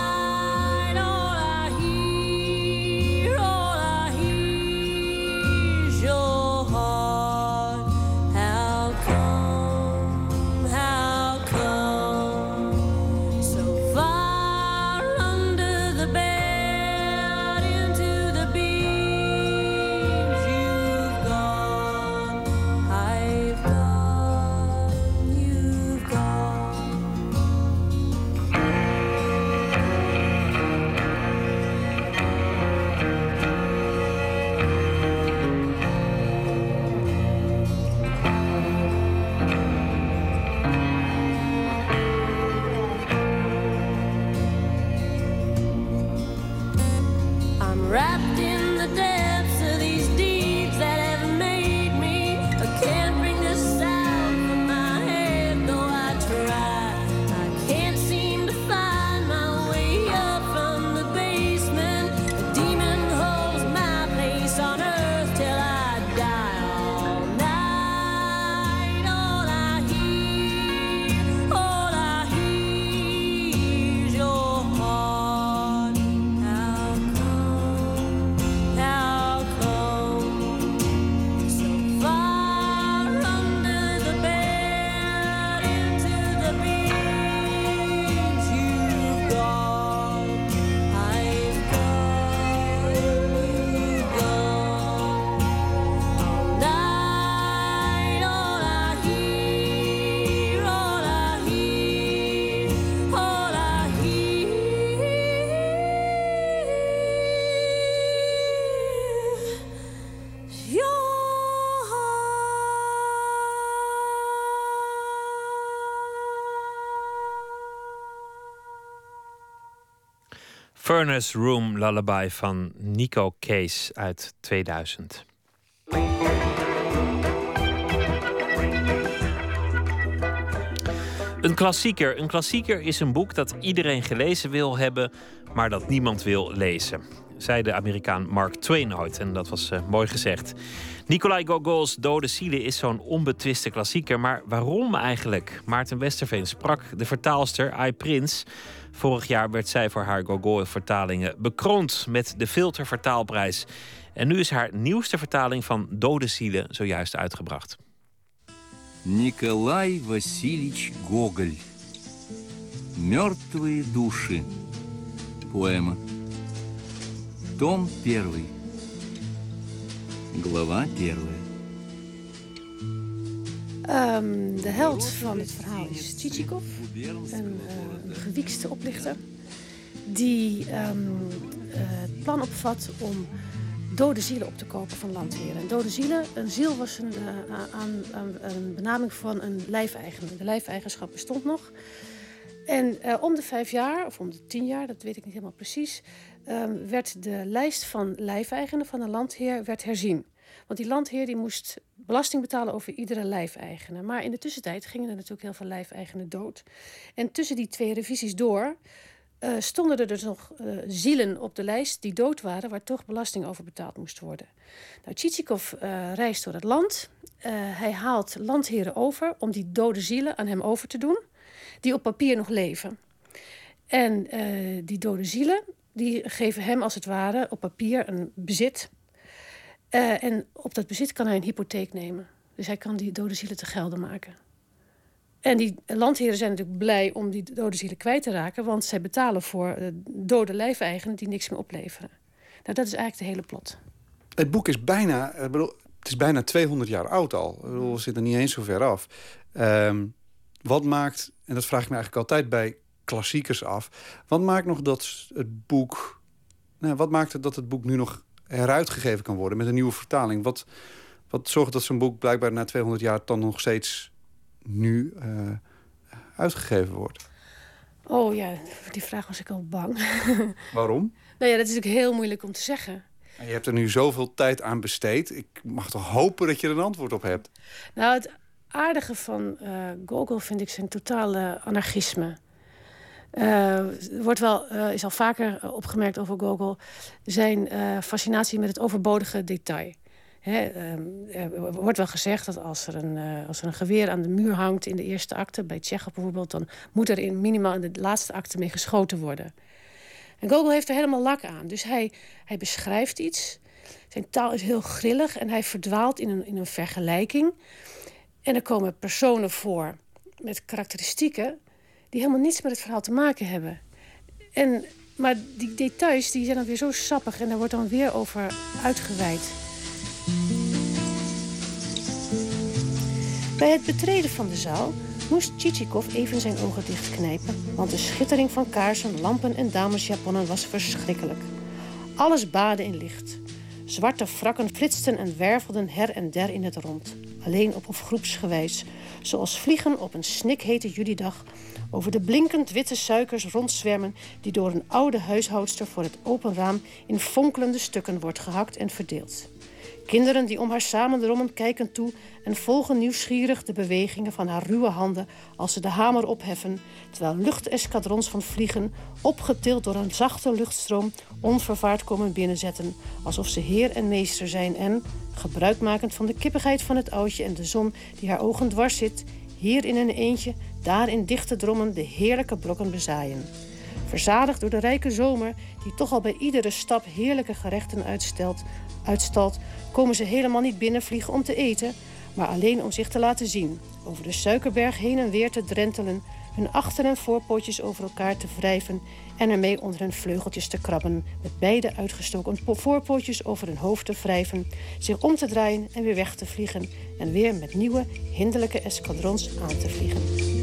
Wrapped in the depths of these deeds that have made me. I can't bring the sound from my head, though I try. I can't seem to find my way up from the basement. The demon holds my place on earth till I die. All night, all I hear is your heart. How come so far under the bed into the beach you've gone? I've gone, you've gone. All night, all I hear, all I hear, all I hear. Furnace Room Lullaby van Nico Case uit 2000. Een klassieker. Een klassieker is een boek dat iedereen gelezen wil hebben, maar dat niemand wil lezen. Zei de Amerikaan Mark Twain ooit, en dat was mooi gezegd. Nikolai Gogol's Dode Zielen is zo'n onbetwiste klassieker, maar waarom eigenlijk? Maarten Westerveen sprak de vertaalster Ai Prins. Vorig jaar werd zij voor haar Gogol-vertalingen bekroond met de Filter Vertaalprijs. En nu is haar nieuwste vertaling van Dode Zielen zojuist uitgebracht. Николай Васильевич Гоголь. Мертвые души. Поэма. Том 1. Глава 1. De held van het verhaal is Tchitchikov, een gewiekste oplichter die het plan opvat om dode zielen op te kopen van landheren. En dode zielen, een ziel was een benaming van een lijfeigenaar. De lijfeigenschap bestond nog. En om de 5 jaar, of om de 10 jaar, dat weet ik niet helemaal precies, werd de lijst van lijfeigenen van een landheer werd herzien. Want die landheer die moest belasting betalen over iedere lijfeigene. Maar in de tussentijd gingen er natuurlijk heel veel lijfeigenen dood. En tussen die 2 revisies door stonden er dus nog zielen op de lijst die dood waren, waar toch belasting over betaald moest worden. Nou, Tchitchikov reist door het land. Hij haalt landheren over om die dode zielen aan hem over te doen, die op papier nog leven. En die dode zielen die geven hem als het ware op papier een bezit. En op dat bezit kan hij een hypotheek nemen. Dus hij kan die dode zielen te gelden maken. En die landheren zijn natuurlijk blij om die dode zielen kwijt te raken, want zij betalen voor dode lijfeigenen die niks meer opleveren. Nou, dat is eigenlijk de hele plot. Het boek is bijna 200 jaar oud al. We zitten niet eens zo ver af. Wat maakt, en dat vraag ik me eigenlijk altijd bij klassiekers af, wat maakt nog dat het boek, wat maakt het dat het boek nu nog heruitgegeven kan worden met een nieuwe vertaling? Wat zorgt dat zo'n boek blijkbaar na 200 jaar dan nog steeds nu uitgegeven wordt? Oh ja, voor die vraag was ik al bang. Waarom? Nou ja, dat is natuurlijk heel moeilijk om te zeggen. Je hebt er nu zoveel tijd aan besteed. Ik mag toch hopen dat je er een antwoord op hebt? Nou, het aardige van Gogol vind ik zijn totale anarchisme. Is al vaker opgemerkt over Gogol zijn fascinatie met het overbodige detail. Er wordt wel gezegd dat als er een geweer aan de muur hangt in de eerste acte, bij Tsjechov bijvoorbeeld, dan moet er minimaal in de laatste acte mee geschoten worden. En Gogol heeft er helemaal lak aan. Dus hij beschrijft iets. Zijn taal is heel grillig en hij verdwaalt in een vergelijking. En er komen personen voor met karakteristieken die helemaal niets met het verhaal te maken hebben. Maar die details die zijn dan weer zo sappig en daar wordt dan weer over uitgeweid. Bij het betreden van de zaal moest Tchitchikov even zijn ogen dichtknijpen, want de schittering van kaarsen, lampen en damesjaponnen was verschrikkelijk. Alles baadde in licht. Zwarte frakken flitsten en wervelden her en der in het rond, alleen of groepsgewijs, zoals vliegen op een snikhete julidag over de blinkend witte suikers rondzwermen die door een oude huishoudster voor het open raam in fonkelende stukken wordt gehakt en verdeeld. Kinderen die om haar samendrommen kijken toe en volgen nieuwsgierig de bewegingen van haar ruwe handen als ze de hamer opheffen, terwijl luchteskadrons van vliegen, opgetild door een zachte luchtstroom, onvervaard komen binnenzetten, alsof ze heer en meester zijn en, gebruikmakend van de kippigheid van het oudje en de zon die haar ogen dwars zit, hier in een eentje, daar in dichte drommen de heerlijke brokken bezaaien. Verzadigd door de rijke zomer, die toch al bij iedere stap heerlijke gerechten uitstalt, komen ze helemaal niet binnenvliegen om te eten, maar alleen om zich te laten zien, over de suikerberg heen en weer te drentelen, hun achter- en voorpootjes over elkaar te wrijven en ermee onder hun vleugeltjes te krabben, met beide uitgestoken voorpootjes over hun hoofd te wrijven, zich om te draaien en weer weg te vliegen en weer met nieuwe, hinderlijke eskadrons aan te vliegen.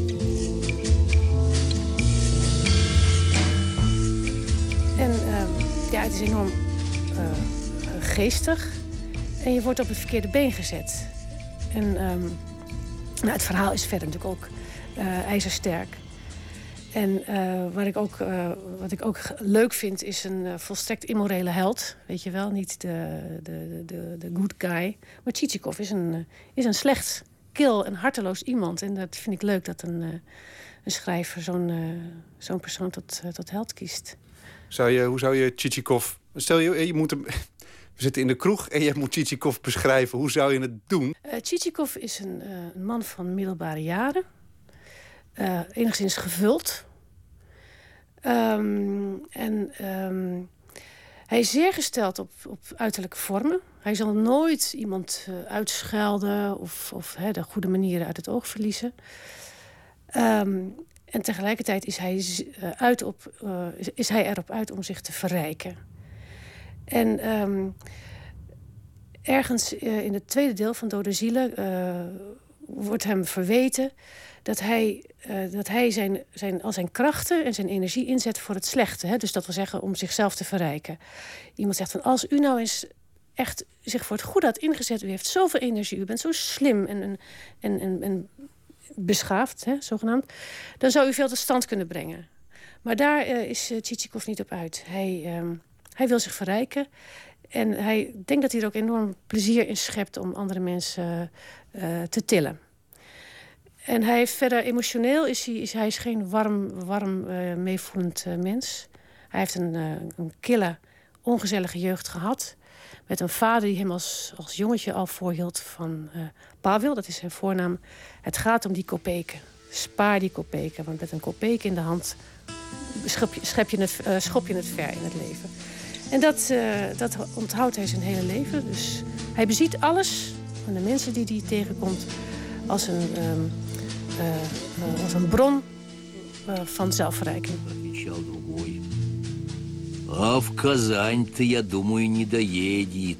En het is enorm geestig en je wordt op het verkeerde been gezet. En het verhaal is verder natuurlijk ook ijzersterk. En wat ik ook leuk vind is een volstrekt immorele held. Weet je wel, niet de good guy. Maar Tchitchikov is een slecht, kil en harteloos iemand. En dat vind ik leuk dat een schrijver zo'n persoon tot held kiest. Hoe zou je Tchitchikov... Stel je moet hem... We zitten in de kroeg en je moet Tchitchikov beschrijven. Hoe zou je het doen? Tchitchikov is een man van middelbare jaren. Enigszins gevuld. Hij is zeer gesteld op uiterlijke vormen. Hij zal nooit iemand uitschelden of de goede manieren uit het oog verliezen. En tegelijkertijd is hij erop uit om zich te verrijken. En ergens in het tweede deel van Dode Zielen wordt hem verweten dat hij zijn krachten en zijn energie inzet voor het slechte. Hè? Dus dat wil zeggen om zichzelf te verrijken. Iemand zegt van, als u nou eens echt zich voor het goede had ingezet, u heeft zoveel energie, u bent zo slim en beschaafd, hè, zogenaamd, dan zou u veel tot stand kunnen brengen. Maar daar is Tchitchikov niet op uit. Hij wil zich verrijken en hij denkt dat hij er ook enorm plezier in schept om andere mensen te tillen. En hij heeft verder emotioneel is hij geen warm meevoelend mens. Hij heeft een kille, ongezellige jeugd gehad. Met een vader die hem als jongetje al voorhield van Pavel, dat is zijn voornaam. Het gaat om die kopeken. Spaar die kopeken, want met een kopeken in de hand schop je het ver in het leven. En dat onthoudt hij zijn hele leven. Dus hij beziet alles van de mensen die hij tegenkomt als een bron van zelfverrijking. А в Казань-то, я думаю, не доедет.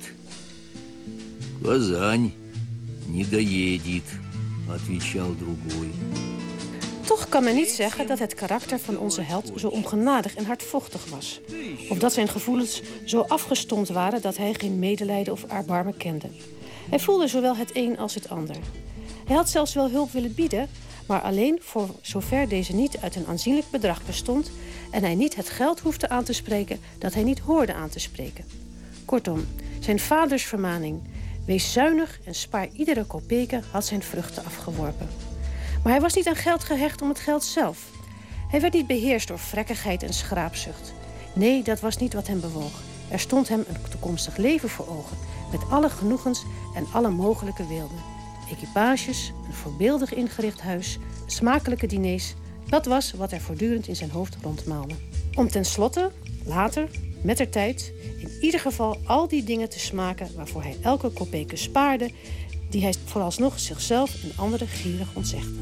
Казань не доедет, отвечал другой. Toch kan men niet zeggen dat het karakter van onze held zo ongenadig en hardvochtig was. Of dat zijn gevoelens zo afgestompt waren dat hij geen medelijden of erbarmen kende. Hij voelde zowel het een als het ander. Hij had zelfs wel hulp willen bieden, maar alleen voor zover deze niet uit een aanzienlijk bedrag bestond en hij niet het geld hoefde aan te spreken dat hij niet hoorde aan te spreken. Kortom, zijn vaders vermaning, wees zuinig en spaar iedere kopeke, had zijn vruchten afgeworpen. Maar hij was niet aan geld gehecht om het geld zelf. Hij werd niet beheerst door vrekkigheid en schraapzucht. Nee, dat was niet wat hem bewoog. Er stond hem een toekomstig leven voor ogen, met alle genoegens en alle mogelijke weelden. Equipages, een voorbeeldig ingericht huis, smakelijke diners. Dat was wat er voortdurend in zijn hoofd rondmaalde. Om tenslotte, later, mettertijd, in ieder geval al die dingen te smaken waarvoor hij elke kopeke spaarde, die hij vooralsnog zichzelf en anderen gierig ontzegde.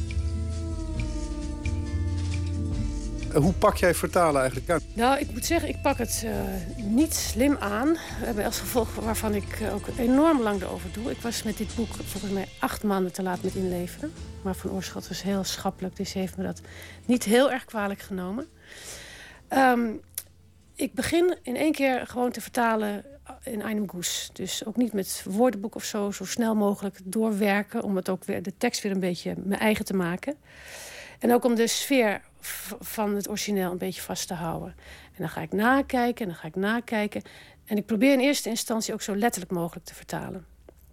Hoe pak jij vertalen eigenlijk aan? Nou, ik moet zeggen, ik pak het niet slim aan. Als gevolg waarvan ik ook enorm lang erover doe. Ik was met dit boek volgens mij 8 maanden te laat met inleveren. Maar Van Oorschot was heel schappelijk, dus heeft me dat niet heel erg kwalijk genomen. Ik begin in 1 keer gewoon te vertalen in einem Guss. Dus ook niet met woordenboek of zo snel mogelijk doorwerken. Om het ook weer, de tekst weer een beetje mijn eigen te maken. En ook om de sfeer van het origineel een beetje vast te houden. En dan ga ik nakijken. En ik probeer in eerste instantie ook zo letterlijk mogelijk te vertalen.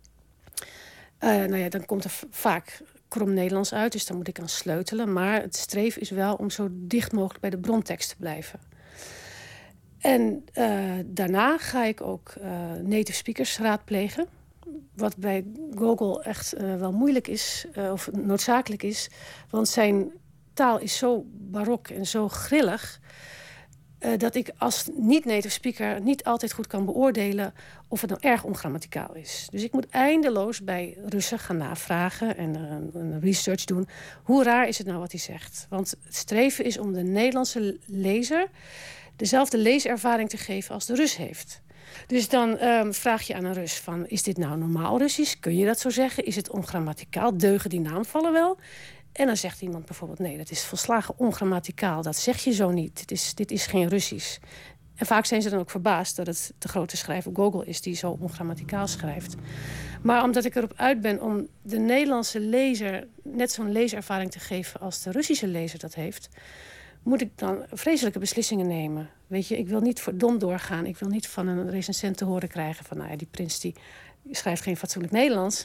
Dan komt er vaak krom Nederlands uit, dus daar moet ik aan sleutelen. Maar het streven is wel om zo dicht mogelijk bij de brontekst te blijven. En daarna ga ik ook native speakers raadplegen. Wat bij Gogol echt wel moeilijk is, of noodzakelijk is. Want zijn taal is zo barok en zo grillig, dat ik als niet-native speaker niet altijd goed kan beoordelen of het nou erg ongrammaticaal is. Dus ik moet eindeloos bij Russen gaan navragen en een research doen. Hoe raar is het nou wat hij zegt? Want het streven is om de Nederlandse lezer dezelfde leeservaring te geven als de Rus heeft. Dus dan vraag je aan een Rus van, is dit nou normaal Russisch? Kun je dat zo zeggen? Is het ongrammaticaal? Deugen die naamvallen wel? En dan zegt iemand bijvoorbeeld, nee, dat is volslagen ongrammaticaal. Dat zeg je zo niet. Dit is geen Russisch. En vaak zijn ze dan ook verbaasd dat het de grote schrijver Gogol is die zo ongrammaticaal schrijft. Maar omdat ik erop uit ben om de Nederlandse lezer net zo'n leeservaring te geven als de Russische lezer dat heeft, moet ik dan vreselijke beslissingen nemen. Weet je, ik wil niet voor dom doorgaan. Ik wil niet van een recensent te horen krijgen van, nou ja, die prins die schrijft geen fatsoenlijk Nederlands.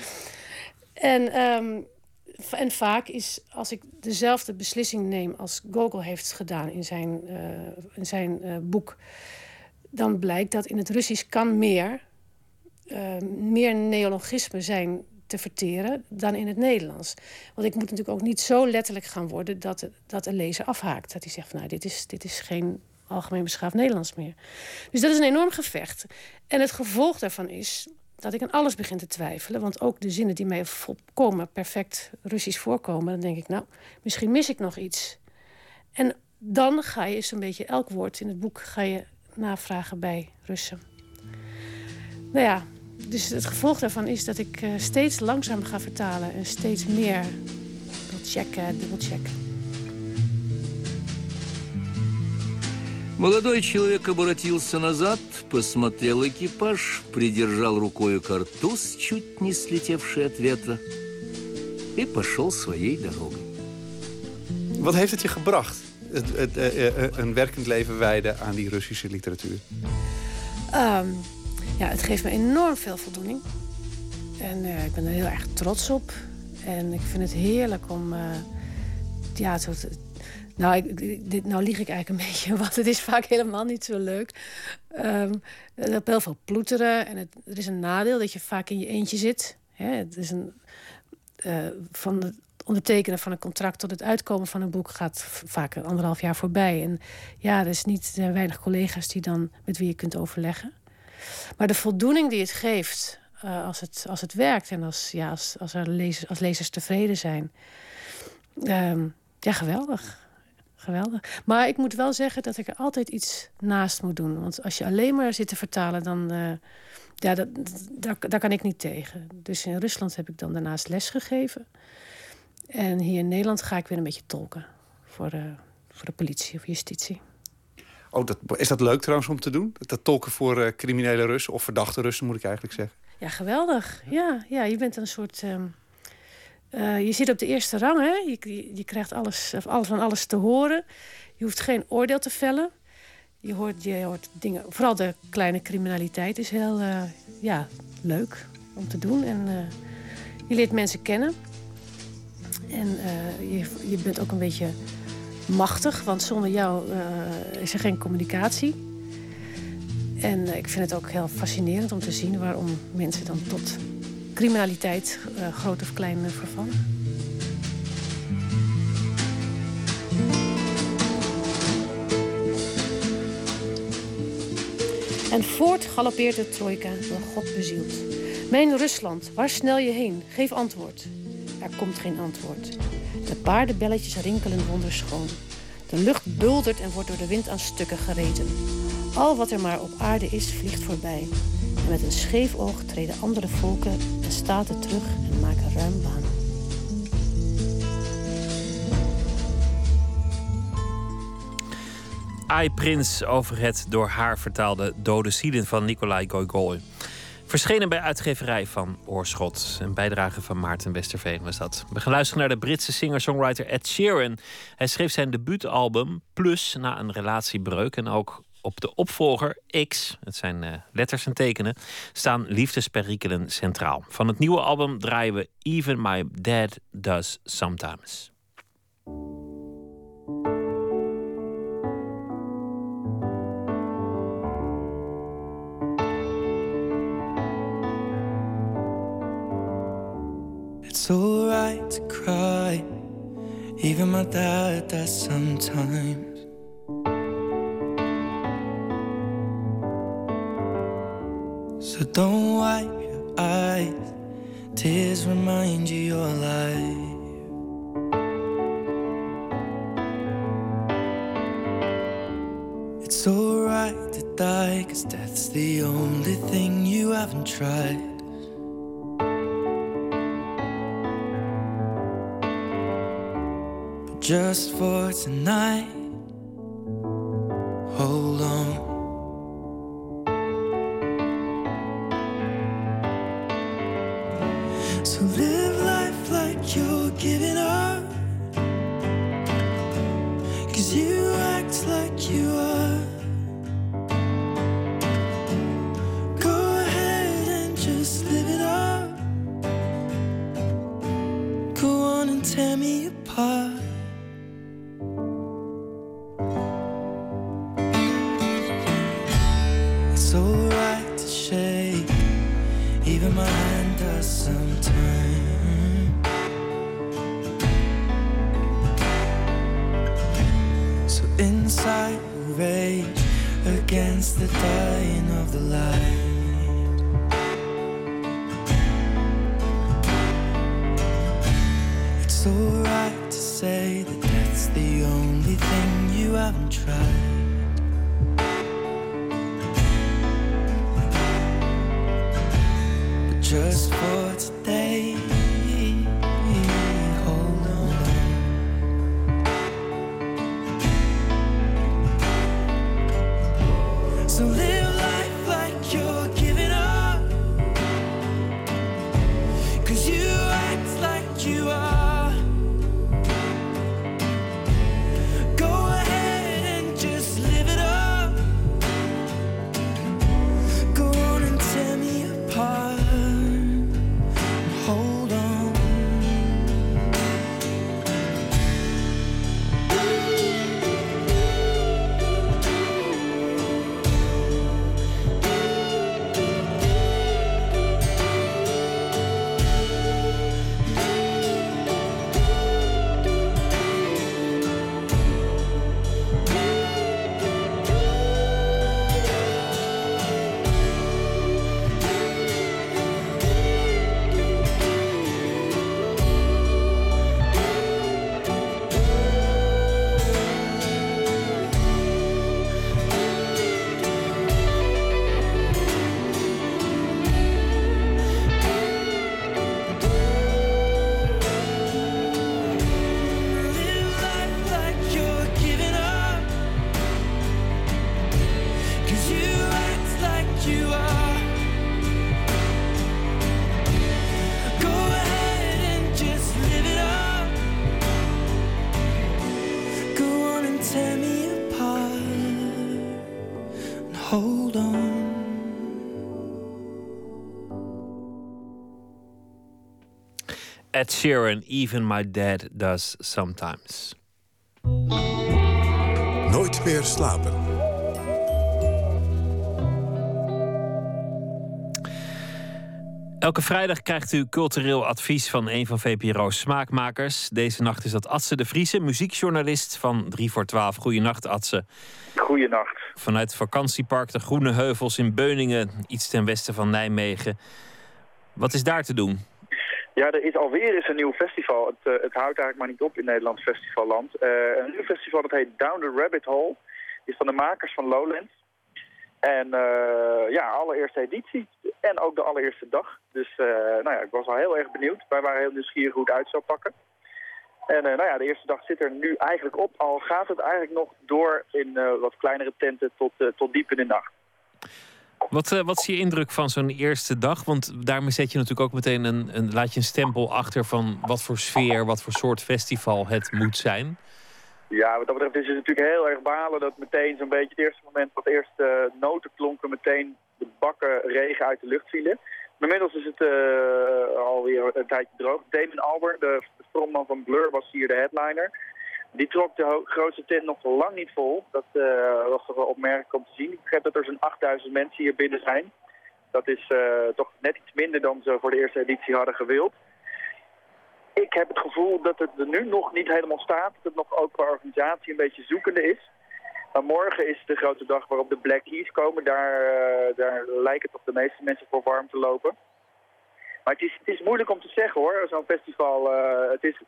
En vaak is, als ik dezelfde beslissing neem als Gogol heeft gedaan in zijn boek, dan blijkt dat in het Russisch kan meer neologismen zijn te verteren dan in het Nederlands. Want ik moet natuurlijk ook niet zo letterlijk gaan worden dat een lezer afhaakt. Dat hij zegt van, nou, dit is geen algemeen beschaafd Nederlands meer. Dus dat is een enorm gevecht. En het gevolg daarvan is dat ik aan alles begin te twijfelen. Want ook de zinnen die mij volkomen perfect Russisch voorkomen, dan denk ik, nou, misschien mis ik nog iets. En dan ga je zo'n beetje elk woord in het boek ga je navragen bij Russen. Nou ja, dus het gevolg daarvan is dat ik steeds langzamer ga vertalen en steeds meer wil checken, dubbelchecken. Молодой человек обратился назад, посмотрел экипаж, придержал рукою картуз, чуть не слетевший от ветра, и пошел своей дорогой. Wat heeft het je gebracht, een werkend leven wijden aan die Russische literatuur? Ja, het geeft me enorm veel voldoening. En ik ben er heel erg trots op. En ik vind het heerlijk om nou lieg ik eigenlijk een beetje, want het is vaak helemaal niet zo leuk. Er is heel veel ploeteren en er is een nadeel dat je vaak in je eentje zit. Het is van het ondertekenen van een contract tot het uitkomen van een boek gaat vaak 1,5 jaar voorbij. En ja, er zijn weinig collega's met wie je kunt overleggen. Maar de voldoening die het geeft als het werkt en als lezers tevreden zijn, geweldig. Geweldig. Maar ik moet wel zeggen dat ik er altijd iets naast moet doen. Want als je alleen maar zit te vertalen, dan daar kan ik niet tegen. Dus in Rusland heb ik dan daarnaast les gegeven. En hier in Nederland ga ik weer een beetje tolken voor de politie of justitie. Oh, is dat leuk trouwens om te doen? Dat tolken voor criminele Russen of verdachte Russen, moet ik eigenlijk zeggen. Ja, geweldig. Ja, je bent een soort je zit op de eerste rang, hè? Je krijgt alles te horen. Je hoeft geen oordeel te vellen. Je hoort dingen. Vooral de kleine criminaliteit is heel leuk om te doen. En je leert mensen kennen. En je bent ook een beetje machtig, want zonder jou is er geen communicatie. En ik vind het ook heel fascinerend om te zien waarom mensen dan tot criminaliteit, groot of klein, vervallen. En voort galoppeert de trojka, door God bezield. Mijn Rusland, waar snel je heen? Geef antwoord. Er komt geen antwoord. De paardenbelletjes rinkelen wonderschoon. De lucht buldert en wordt door de wind aan stukken gereten. Al wat er maar op aarde is, vliegt voorbij. En met een scheef oog treden andere volken en staten terug en maken ruim baan. Ai Prins over het door haar vertaalde Dode Zielen van Nikolai Gogol. Verschenen bij uitgeverij van Oorschot. Een bijdrage van Maarten Westerveen was dat. We gaan luisteren naar de Britse singer-songwriter Ed Sheeran. Hij schreef zijn debuutalbum Plus na een relatiebreuk. En ook op de opvolger X, het zijn letters en tekenen, staan liefdesperikelen centraal. Van het nieuwe album draaien we Even My Dad Does Sometimes. It's alright to cry, even my dad does sometimes. So don't wipe your eyes, tears remind you you're alive. It's alright to die, 'cause death's the only thing you haven't tried. Just for tonight, hold on. So live life like you're giving up, 'cause you act like you are. Go ahead and just live it up. Go on and tear me apart. Even my hand does sometimes. So inside we rage against the dying of the light. It's alright to say that that's the only thing you haven't tried. Just for today, hold on. So live life like you're giving up, 'cause you act like you are. Go ahead and just live it up. Go on and tear me apart. Ed Sheeran, Even My Dad Does Sometimes. Nooit meer slapen. Elke vrijdag krijgt u cultureel advies van een van VPRO's smaakmakers. Deze nacht is dat Adse de Vriese, muziekjournalist van 3 voor 12. Goeienacht, Adse. Goeienacht. Vanuit vakantiepark de Groene Heuvels in Beuningen, iets ten westen van Nijmegen. Wat is daar te doen? Ja, er is alweer eens een nieuw festival. Het houdt eigenlijk maar niet op in Nederlands festivalland. Een nieuw festival dat heet Down the Rabbit Hole. Is van de makers van Lowlands. En allereerste editie. En ook de allereerste dag. Dus ik was al heel erg benieuwd. Wij waren heel nieuwsgierig hoe het uit zou pakken. En de eerste dag zit er nu eigenlijk op. Al gaat het eigenlijk nog door in wat kleinere tenten tot diep in de nacht. Wat is je indruk van zo'n eerste dag? Want daarmee zet je natuurlijk ook meteen laat je een stempel achter van wat voor sfeer, wat voor soort festival het moet zijn. Ja, wat dat betreft is het natuurlijk heel erg balen dat meteen zo'n beetje het eerste moment dat de eerste noten klonken, meteen de bakken regen uit de lucht vielen. Maar inmiddels is het alweer een tijdje droog. Damon Albarn, de frontman van Blur, was hier de headliner. Die trok de grootste tent nog lang niet vol. Dat was toch wel opmerkelijk om te zien. Ik begrijp dat er zo'n 8000 mensen hier binnen zijn. Dat is toch net iets minder dan ze voor de eerste editie hadden gewild. Ik heb het gevoel dat het er nu nog niet helemaal staat. Dat het nog ook qua organisatie een beetje zoekende is. Maar morgen is de grote dag waarop de Black Keys komen. Daar lijken toch de meeste mensen voor warm te lopen. Maar het is moeilijk om te zeggen hoor. Zo'n festival, het is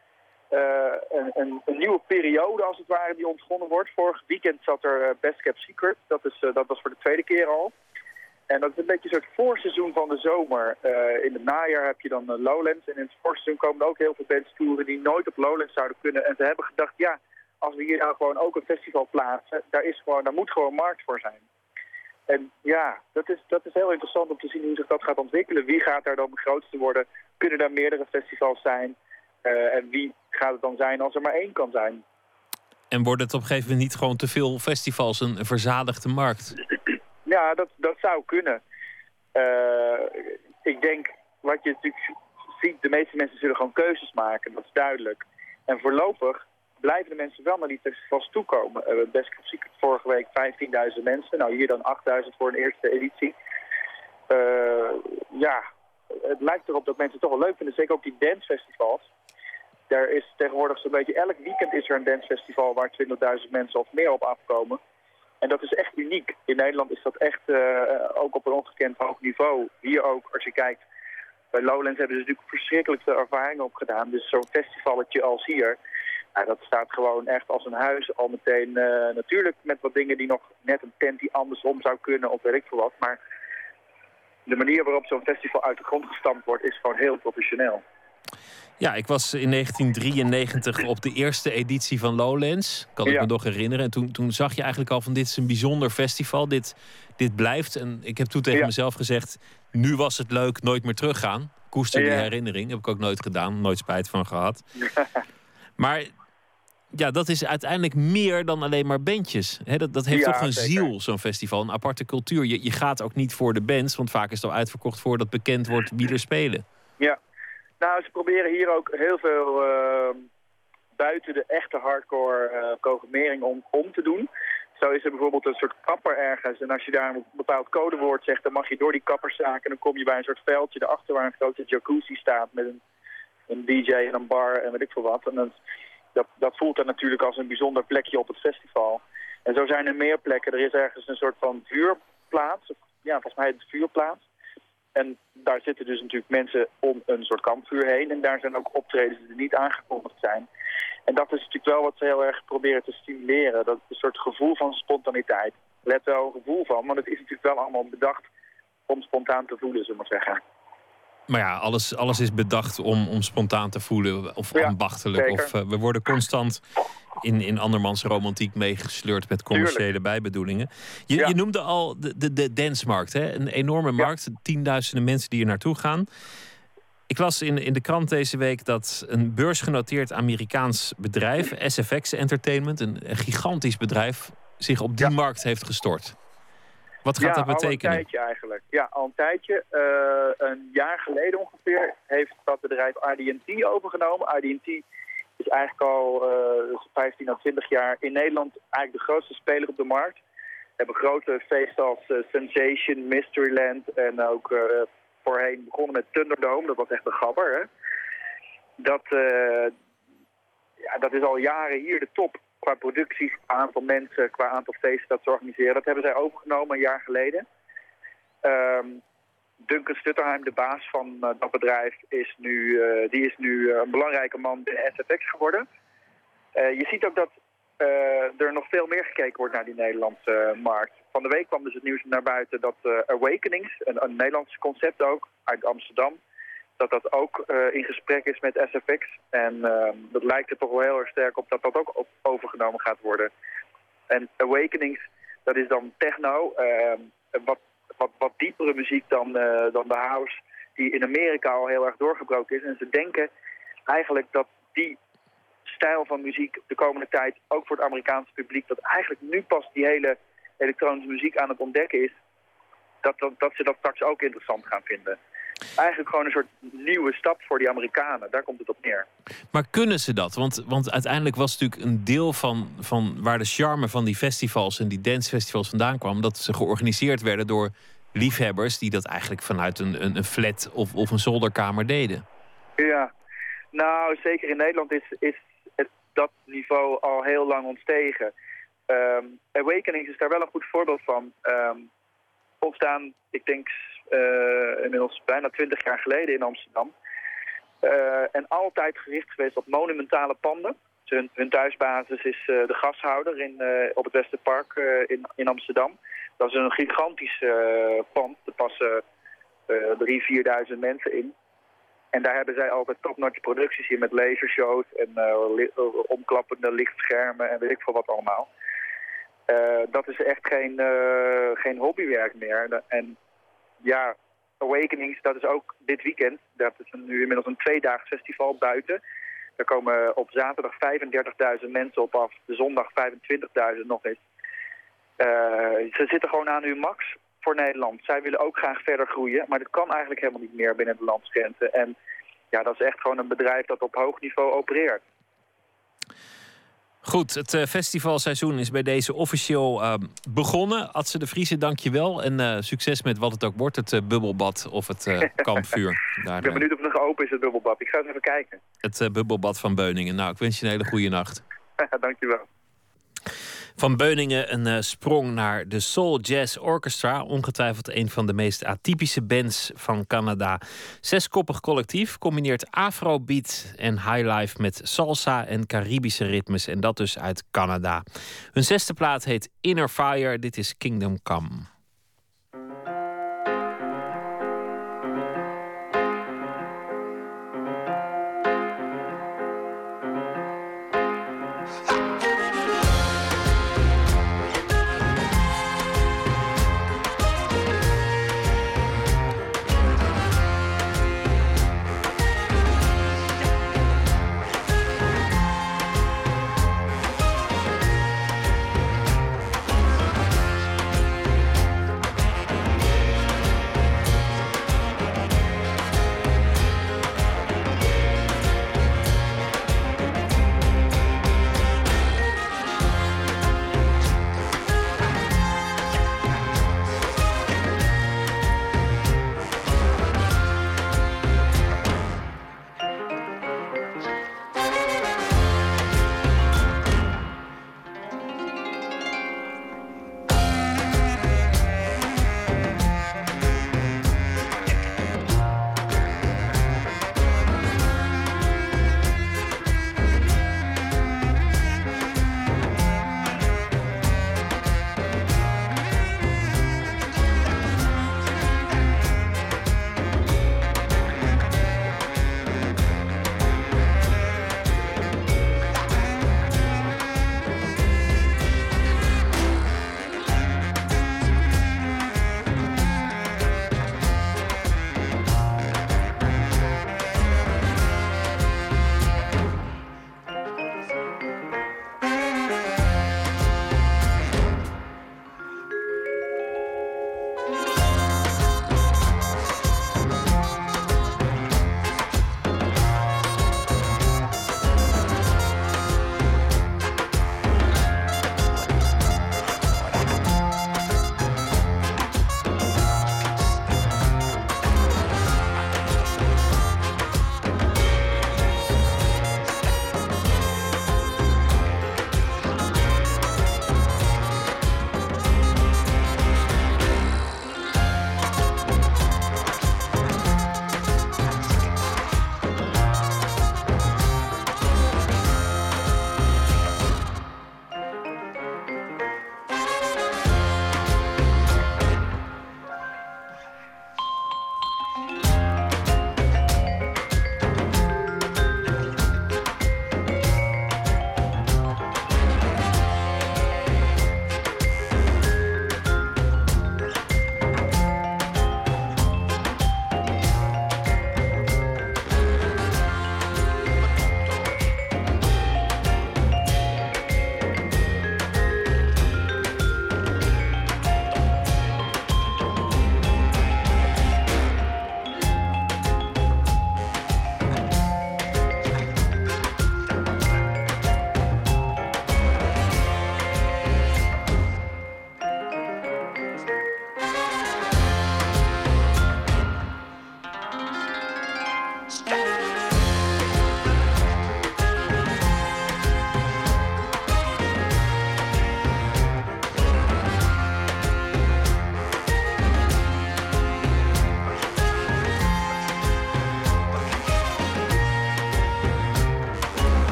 een nieuwe periode als het ware die ontgonnen wordt. Vorig weekend zat er Best Kept Secret. Dat was voor de tweede keer al. En dat is een beetje een soort voorseizoen van de zomer. In het najaar heb je dan Lowlands. En in het voorseizoen komen er ook heel veel bands toeren die nooit op Lowlands zouden kunnen. En ze hebben gedacht, ja, als we hier nou gewoon ook een festival plaatsen, daar moet gewoon markt voor zijn. En ja, dat is heel interessant om te zien hoe zich dat gaat ontwikkelen. Wie gaat daar dan de grootste worden? Kunnen daar meerdere festivals zijn? En wie gaat het dan zijn als er maar één kan zijn? En wordt het op een gegeven moment niet gewoon te veel festivals, een verzadigde markt? Ja, dat zou kunnen. Ik denk, wat je natuurlijk ziet, de meeste mensen zullen gewoon keuzes maken. Dat is duidelijk. En voorlopig blijven de mensen wel naar die festivals toekomen. Best Kept Secret vorige week 15.000 mensen. Nou, hier dan 8.000 voor een eerste editie. Het lijkt erop dat mensen het toch wel leuk vinden. Zeker ook die dancefestivals. Er is tegenwoordig zo'n beetje elk weekend is er een dancefestival waar 20.000 mensen of meer op afkomen. En dat is echt uniek. In Nederland is dat echt ook op een ongekend hoog niveau. Hier ook, als je kijkt, bij Lowlands hebben ze natuurlijk verschrikkelijke ervaringen opgedaan. Dus zo'n festivalletje als hier, dat staat gewoon echt als een huis. Al meteen natuurlijk met wat dingen die nog net een tent die andersom zou kunnen of weet ik veel wat. Maar de manier waarop zo'n festival uit de grond gestampt wordt is gewoon heel professioneel. Ja, ik was in 1993 op de eerste editie van Lowlands. Kan ik me nog herinneren. En toen zag je eigenlijk al van dit is een bijzonder festival. Dit blijft. En ik heb toen tegen mezelf gezegd, nu was het leuk, nooit meer teruggaan. Koester die herinnering. Heb ik ook nooit gedaan. Nooit spijt van gehad. Maar ja, dat is uiteindelijk meer dan alleen maar bandjes. Dat heeft toch een ziel, zo'n festival. Een aparte cultuur. Je gaat ook niet voor de bands. Want vaak is het al uitverkocht voordat bekend wordt wie er spelen. Ja. Nou, ze proberen hier ook heel veel buiten de echte hardcore programmering om te doen. Zo is er bijvoorbeeld een soort kapper ergens. En als je daar een bepaald codewoord zegt, dan mag je door die kapperszaak. En dan kom je bij een soort veldje daarachter waar een grote jacuzzi staat met een DJ en een bar en weet ik veel wat. En dat voelt dan natuurlijk als een bijzonder plekje op het festival. En zo zijn er meer plekken. Er is ergens een soort van vuurplaats. Ja, volgens mij het vuurplaats. En daar zitten dus natuurlijk mensen om een soort kampvuur heen. En daar zijn ook optredens die niet aangekondigd zijn. En dat is natuurlijk wel wat ze heel erg proberen te stimuleren. Dat een soort gevoel van spontaniteit. Let wel een gevoel van, want het is natuurlijk wel allemaal bedacht om spontaan te voelen, zullen we maar zeggen. Maar ja, alles is bedacht om spontaan te voelen. Of ambachtelijk. Of we worden constant in andermans romantiek meegesleurd met commerciële bijbedoelingen. Je noemde al de dancemarkt. Hè? Een enorme markt. Tienduizenden mensen die er naartoe gaan. Ik las in de krant deze week dat een beursgenoteerd Amerikaans bedrijf, SFX Entertainment, een gigantisch bedrijf, zich op die markt heeft gestort. Wat gaat dat betekenen? Al een tijdje eigenlijk. Ja, al een tijdje. Een jaar geleden ongeveer heeft dat bedrijf AD&T overgenomen. AD&T is eigenlijk al 15 à 20 jaar in Nederland eigenlijk de grootste speler op de markt. We hebben grote feesten als Sensation, Mysteryland en ook voorheen begonnen met Thunderdome. Dat was echt een gabber, hè? Dat is al jaren hier de top qua producties, qua aantal mensen, qua aantal feesten dat ze organiseren. Dat hebben zij overgenomen een jaar geleden. Duncan Stutterheim, de baas van dat bedrijf, is nu een belangrijke man binnen SFX geworden. Je ziet ook dat er nog veel meer gekeken wordt naar die Nederlandse markt. Van de week kwam dus het nieuws naar buiten dat Awakenings, een Nederlands concept ook, uit Amsterdam, dat ook in gesprek is met SFX. En dat lijkt er toch wel heel erg sterk op dat dat ook overgenomen gaat worden. En Awakenings, dat is dan techno, wat diepere muziek dan de house, die in Amerika al heel erg doorgebroken is. En ze denken eigenlijk dat die stijl van muziek de komende tijd, ook voor het Amerikaanse publiek, dat eigenlijk nu pas die hele elektronische muziek aan het ontdekken is, dat ze dat straks ook interessant gaan vinden. Eigenlijk gewoon een soort nieuwe stap voor die Amerikanen. Daar komt het op neer. Maar kunnen ze dat? Want uiteindelijk was natuurlijk een deel van waar de charme van die festivals en die dancefestivals vandaan kwam, dat ze georganiseerd werden door liefhebbers die dat eigenlijk vanuit een flat of een zolderkamer deden. Ja, nou zeker in Nederland is dat niveau al heel lang ontstegen. Awakenings is daar wel een goed voorbeeld van. Ontstaan, ik denk, inmiddels bijna 20 jaar geleden in Amsterdam. En altijd gericht geweest op monumentale panden. Hun thuisbasis is de Gashouder op het Westerpark in Amsterdam. Dat is een gigantisch pand. Er passen 3.000-4.000 mensen in. En daar hebben zij altijd top-notch producties in met lasershows en omklappende lichtschermen en weet ik veel wat allemaal. Dat is echt geen hobbywerk meer. En ja, Awakenings, dat is ook dit weekend. Dat is nu inmiddels een 2-daags festival buiten. Daar komen op zaterdag 35.000 mensen op af. De zondag 25.000 nog eens. Ze zitten gewoon aan hun max voor Nederland. Zij willen ook graag verder groeien. Maar dat kan eigenlijk helemaal niet meer binnen de landsgrenzen. En ja, dat is echt gewoon een bedrijf dat op hoog niveau opereert. Goed, het festivalseizoen is bij deze officieel begonnen. Adse de Vriese, dank je wel. En succes met wat het ook wordt, het bubbelbad of het kampvuur. Ik ben benieuwd of het nog open is, het bubbelbad. Ik ga eens even kijken. Het bubbelbad van Beuningen. Nou, ik wens je een hele goede nacht. Dank je wel. Van Beuningen een sprong naar de Soul Jazz Orchestra. Ongetwijfeld een van de meest atypische bands van Canada. 6-koppig collectief combineert afrobeat en highlife met salsa en Caribische ritmes. En dat dus uit Canada. Hun 6e plaat heet Inner Fire. Dit is Kingdom Come.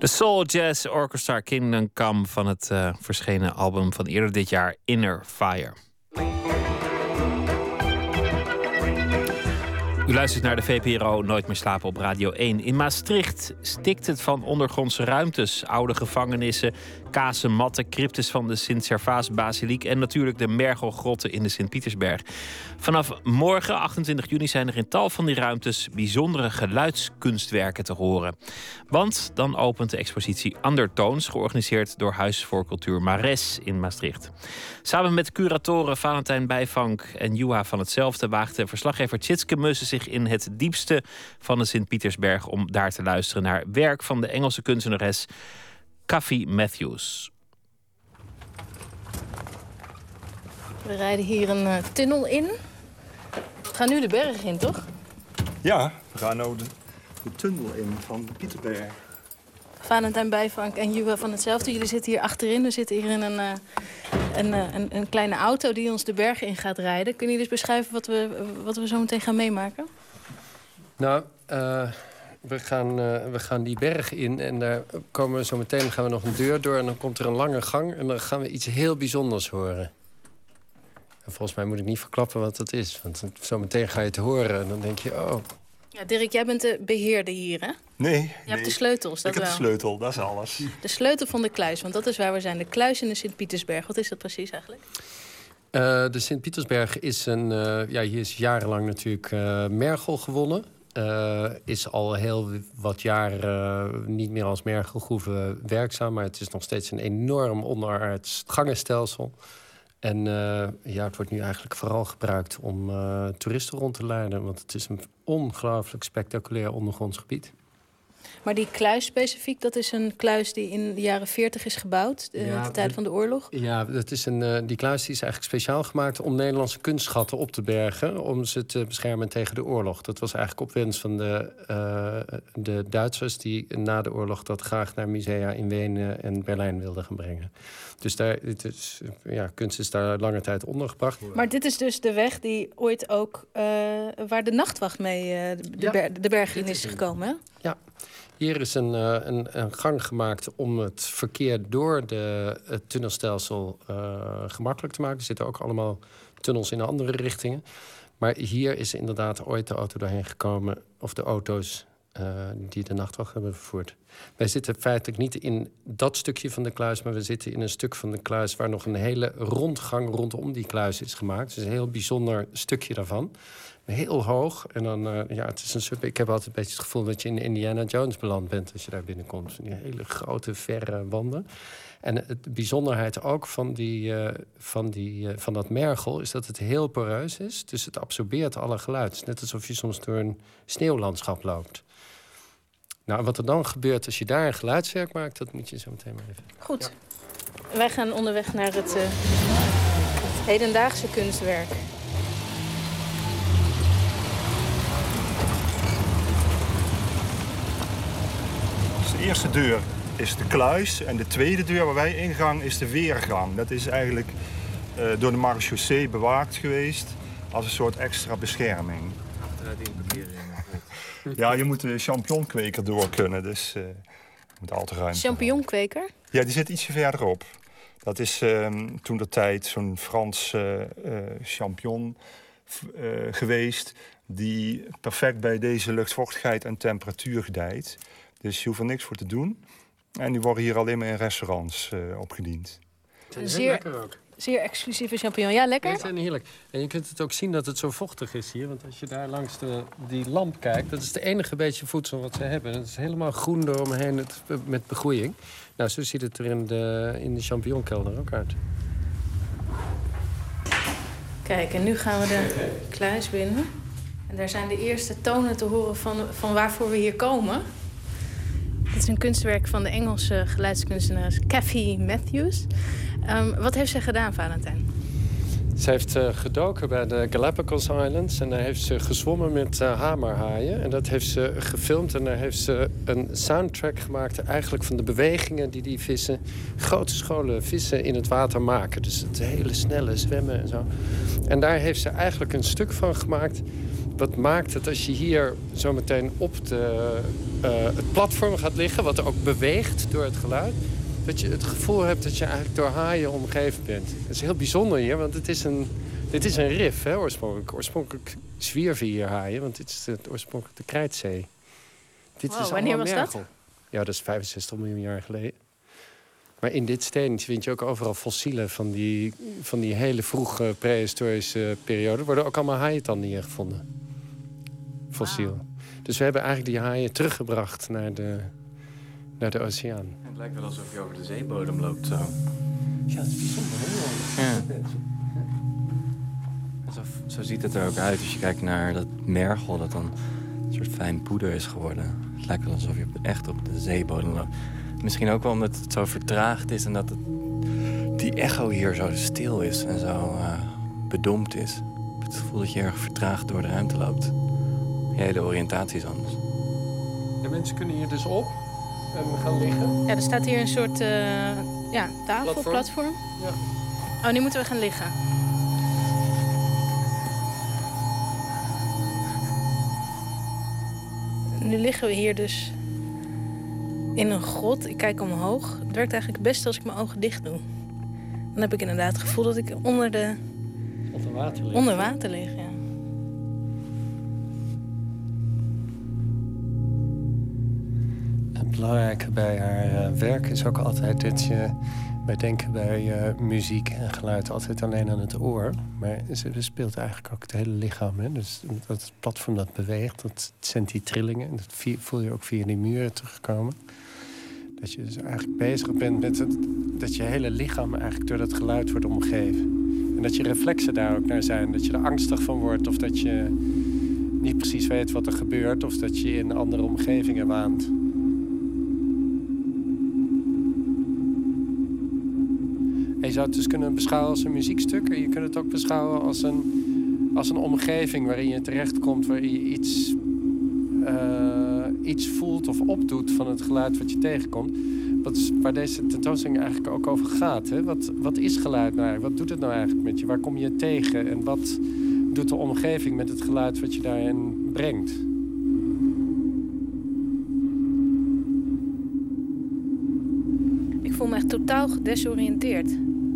De Soul Jazz Orchestra Kingdom Come van het verschenen album van eerder dit jaar, Inner Fire. U luistert naar de VPRO Nooit meer slapen op Radio 1. In Maastricht stikt het van ondergrondse ruimtes, oude gevangenissen, kasematten, cryptes van de Sint-Servaas-basiliek en natuurlijk de Mergelgrotten in de Sint-Pietersberg. Vanaf morgen, 28 juni, zijn er in tal van die ruimtes bijzondere geluidskunstwerken te horen. Want dan opent de expositie Undertones, georganiseerd door Huis voor Cultuur Mares in Maastricht. Samen met curatoren Valentijn Bijvank en Juha van Hetzelfde waagde verslaggever Tjitske Mussen zich in het diepste van de Sint-Pietersberg om daar te luisteren naar werk van de Engelse kunstenares Kaffie Matthews. We rijden hier een tunnel in. We gaan nu de berg in, toch? Ja, we gaan nu de tunnel in van de Pieterberg. Valentijn Bijvank en Juha van Hetzelfde. Jullie zitten hier achterin. We zitten hier in een kleine auto die ons de berg in gaat rijden. Kun je dus beschrijven wat we zo meteen gaan meemaken? Nou, we gaan die berg in en daar komen we zo meteen gaan we nog een deur door en dan komt er een lange gang en dan gaan we iets heel bijzonders horen. En volgens mij moet ik niet verklappen wat dat is, want zo meteen ga je het horen en dan denk je, oh. Ja, Dirk, jij bent de beheerder hier, hè? Nee. Je hebt de sleutels, dat ik heb wel. de sleutel, dat is alles. De sleutel van de kluis, want dat is waar we zijn. De kluis in de Sint-Pietersberg. Wat is dat precies eigenlijk? De Sint-Pietersberg is hier is jarenlang natuurlijk mergel gewonnen. Is al heel wat jaren niet meer als mergelgroeve werkzaam, maar het is nog steeds een enorm onderaards gangenstelsel. En het wordt nu eigenlijk vooral gebruikt om toeristen rond te leiden, want het is een ongelooflijk spectaculair ondergronds gebied. Maar die kluis specifiek, dat is een kluis die in de jaren 40 is gebouwd, de tijd van de oorlog? Ja, dat is die kluis die is eigenlijk speciaal gemaakt om Nederlandse kunstschatten op te bergen, om ze te beschermen tegen de oorlog. Dat was eigenlijk op wens van de Duitsers die na de oorlog dat graag naar musea in Wenen en Berlijn wilden gaan brengen. Dus kunst is daar lange tijd ondergebracht. Maar dit is dus de weg die ooit ook waar de nachtwacht mee de berg in is gekomen, hè? Ja. Hier is een gang gemaakt om het verkeer door het tunnelstelsel gemakkelijk te maken. Er zitten ook allemaal tunnels in andere richtingen. Maar hier is inderdaad ooit de auto doorheen gekomen, of de auto's die de nachtwacht hebben vervoerd. Wij zitten feitelijk niet in dat stukje van de kluis, maar we zitten in een stuk van de kluis waar nog een hele rondgang rondom die kluis is gemaakt. Dus een heel bijzonder stukje daarvan. Heel hoog. En dan, het is een soort. Ik heb altijd een beetje het gevoel dat je in Indiana Jones beland bent als je daar binnenkomt. Die hele grote, verre wanden. En de bijzonderheid ook van dat mergel is dat het heel poreus is. Dus het absorbeert alle geluid. Het is net alsof je soms door een sneeuwlandschap loopt. Nou, wat er dan gebeurt als je daar een geluidswerk maakt, dat moet je zo meteen maar even. Goed. Ja. Wij gaan onderweg naar het hedendaagse kunstwerk. De eerste deur is de kluis en de tweede deur waar wij ingaan is de weergang. Dat is eigenlijk door de marechaussee bewaakt geweest als een soort extra bescherming. Achteruit in parkeren. Ja, je moet de champignonkweker door kunnen, dus je moet altijd ruimte. Champignonkweker? Ja, die zit ietsje verderop. Dat is toen de tijd zo'n Frans champignon geweest die perfect bij deze luchtvochtigheid en temperatuur gedijt. Dus je hoeft er niks voor te doen. En die worden hier alleen maar in restaurants opgediend. Zeer exclusieve champignon. Ja, lekker? Die zijn heerlijk. En je kunt het ook zien dat het zo vochtig is hier. Want als je daar langs die lamp kijkt, dat is het enige beetje voedsel wat ze hebben. Het is helemaal groen eromheen met begroeiing. Nou, zo ziet het er in de champignonkelder ook uit. Kijk, en nu gaan we de kluis binnen. En daar zijn de eerste tonen te horen van waarvoor we hier komen. Dit is een kunstwerk van de Engelse geluidskunstenares Kaffie Matthews. Wat heeft zij gedaan, Valentijn? Ze heeft gedoken bij de Galapagos Islands en daar heeft ze gezwommen met hamerhaaien. En dat heeft ze gefilmd en daar heeft ze een soundtrack gemaakt eigenlijk van de bewegingen die die vissen, grote scholen vissen in het water maken. Dus het hele snelle zwemmen en zo. En daar heeft ze eigenlijk een stuk van gemaakt wat maakt het als je hier zometeen op het platform gaat liggen, wat er ook beweegt door het geluid, dat je het gevoel hebt dat je eigenlijk door haaien omgeven bent. Dat is heel bijzonder hier, want dit is een rif, hè, oorspronkelijk. Oorspronkelijk zwierven hier haaien, want dit is oorspronkelijk de Krijtzee. Dit is wanneer was mergel. dat? Ja, dat is 65 miljoen jaar geleden. Maar in dit steentje vind je ook overal fossielen van die hele vroege prehistorische periode. Er worden ook allemaal haaientanden hier gevonden. Fossiel. Wow. Dus we hebben eigenlijk die haaien teruggebracht naar de oceaan. Het lijkt wel alsof je over de zeebodem loopt zo. Ja, het is bijzonder, hè? Ja. Zo ziet het er ook uit als je kijkt naar dat mergel dat dan een soort fijn poeder is geworden. Het lijkt wel alsof je echt op de zeebodem loopt. Misschien ook wel omdat het zo vertraagd is en dat die echo hier zo stil is en zo bedompt is. Ik heb het gevoel dat je erg vertraagd door de ruimte loopt. Je hele oriëntatie is anders. De mensen kunnen hier dus op en gaan liggen. Ja, er staat hier een soort tafel, platform. Ja. Oh, nu moeten we gaan liggen. Nu liggen we hier dus in een grot. Ik kijk omhoog. Het werkt eigenlijk het beste als ik mijn ogen dicht doe. Dan heb ik inderdaad het gevoel dat ik onder water lig. Ja. Het belangrijke bij haar werk is ook altijd dat wij denken bij muziek en geluid altijd alleen aan het oor. Maar ze speelt eigenlijk ook het hele lichaam. Hè? Dus dat platform dat beweegt, dat zendt die trillingen. Dat voel je ook via die muren terugkomen. Dat je dus eigenlijk bezig bent met dat je hele lichaam eigenlijk door dat geluid wordt omgeven. En dat je reflexen daar ook naar zijn. Dat je er angstig van wordt of dat je niet precies weet wat er gebeurt. Of dat je in andere omgevingen waant. En je zou het dus kunnen beschouwen als een muziekstuk. En je kunt het ook beschouwen als een omgeving waarin je terechtkomt, waarin je iets voelt of opdoet van het geluid wat je tegenkomt. Dat is waar deze tentoonstelling eigenlijk ook over gaat. Hè? Wat is geluid nou eigenlijk? Wat doet het nou eigenlijk met je? Waar kom je tegen? En wat doet de omgeving met het geluid wat je daarin brengt? Ik voel me echt totaal gedesoriënteerd.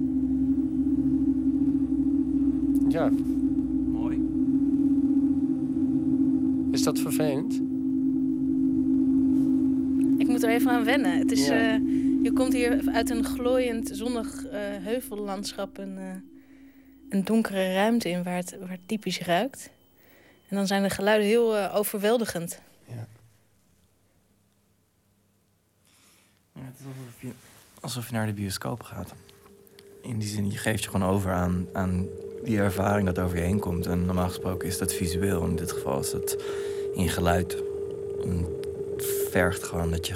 Ja. Mooi. Is dat vervelend? Ik moet er even aan wennen. Het is, je komt hier uit een glooiend, zonnig heuvellandschap een donkere ruimte in waar het typisch ruikt. En dan zijn de geluiden heel overweldigend. Ja. Het is alsof je naar de bioscoop gaat. In die zin, je geeft je gewoon over aan die ervaring dat over je heen komt. En normaal gesproken is dat visueel. In dit geval is dat in geluid. Het vergt gewoon dat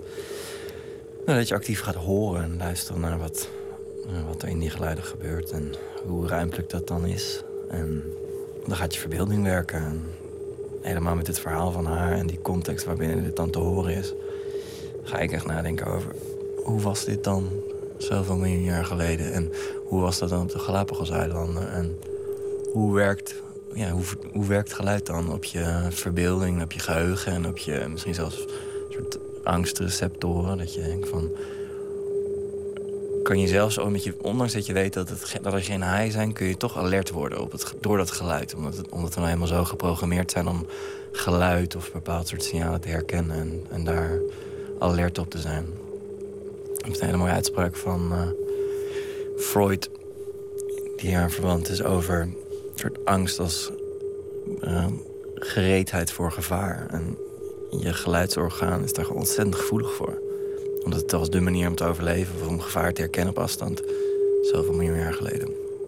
je actief gaat horen en luisteren naar wat er in die geluiden gebeurt. En hoe ruimtelijk dat dan is. En dan gaat je verbeelding werken. En helemaal met het verhaal van haar en die context waarbinnen dit dan te horen is, ga ik echt nadenken over hoe was dit dan zoveel miljoen jaar geleden? En hoe was dat dan op de Galapagoseilanden? En hoe werkt geluid dan op je verbeelding, op je geheugen en op je misschien zelfs een soort angstreceptoren? Dat je denkt van, kan je zelfs, ondanks dat je weet dat er geen haaien zijn, kun je toch alert worden door dat geluid. Omdat we nou helemaal zo geprogrammeerd zijn om geluid of bepaald soort signalen te herkennen en daar alert op te zijn. Ik heb een hele mooie uitspraak van Freud, die haar verwant is over een soort angst als gereedheid voor gevaar. En je geluidsorgaan is daar ontzettend gevoelig voor. Omdat het was de manier om te overleven of om gevaar te herkennen op afstand. Zoveel miljoen jaar geleden.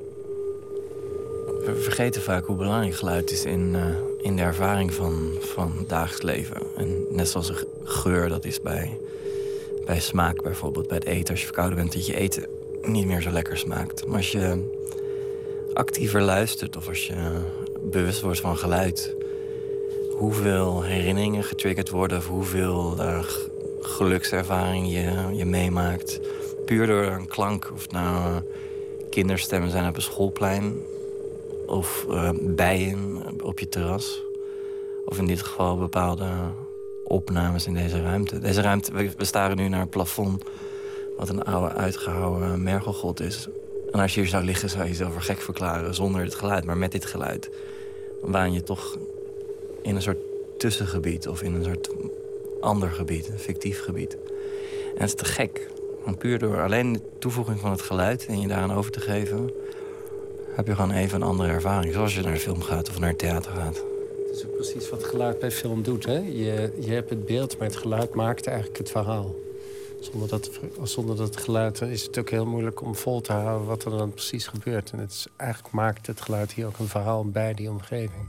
We vergeten vaak hoe belangrijk geluid is in de ervaring van het dagelijks leven. En net zoals een geur, dat is bij smaak bijvoorbeeld, bij het eten. Als je verkouden bent, dat je eten niet meer zo lekker smaakt. Maar als je actiever luistert of als je bewust wordt van geluid, hoeveel herinneringen getriggerd worden of hoeveel gelukservaring je meemaakt. Puur door een klank. Of nou kinderstemmen zijn op een schoolplein. of bijen op je terras. Of in dit geval bepaalde opnames in deze ruimte. Deze ruimte, we staren nu naar het plafond, wat een oude uitgehouwen mergelgrot is. En als je hier zou liggen, zou je jezelf voor gek verklaren zonder het geluid. Maar met dit geluid waan je toch in een soort tussengebied of in een soort ander gebied, een fictief gebied. En het is te gek. Want puur door alleen de toevoeging van het geluid en je daaraan over te geven, heb je gewoon even een andere ervaring. Zoals je naar de film gaat of naar het theater gaat. Het is ook precies wat geluid bij film doet. Hè? Je hebt het beeld, maar het geluid maakt eigenlijk het verhaal. Zonder dat geluid is het ook heel moeilijk om vol te houden wat er dan precies gebeurt. En eigenlijk maakt het geluid hier ook een verhaal bij die omgeving.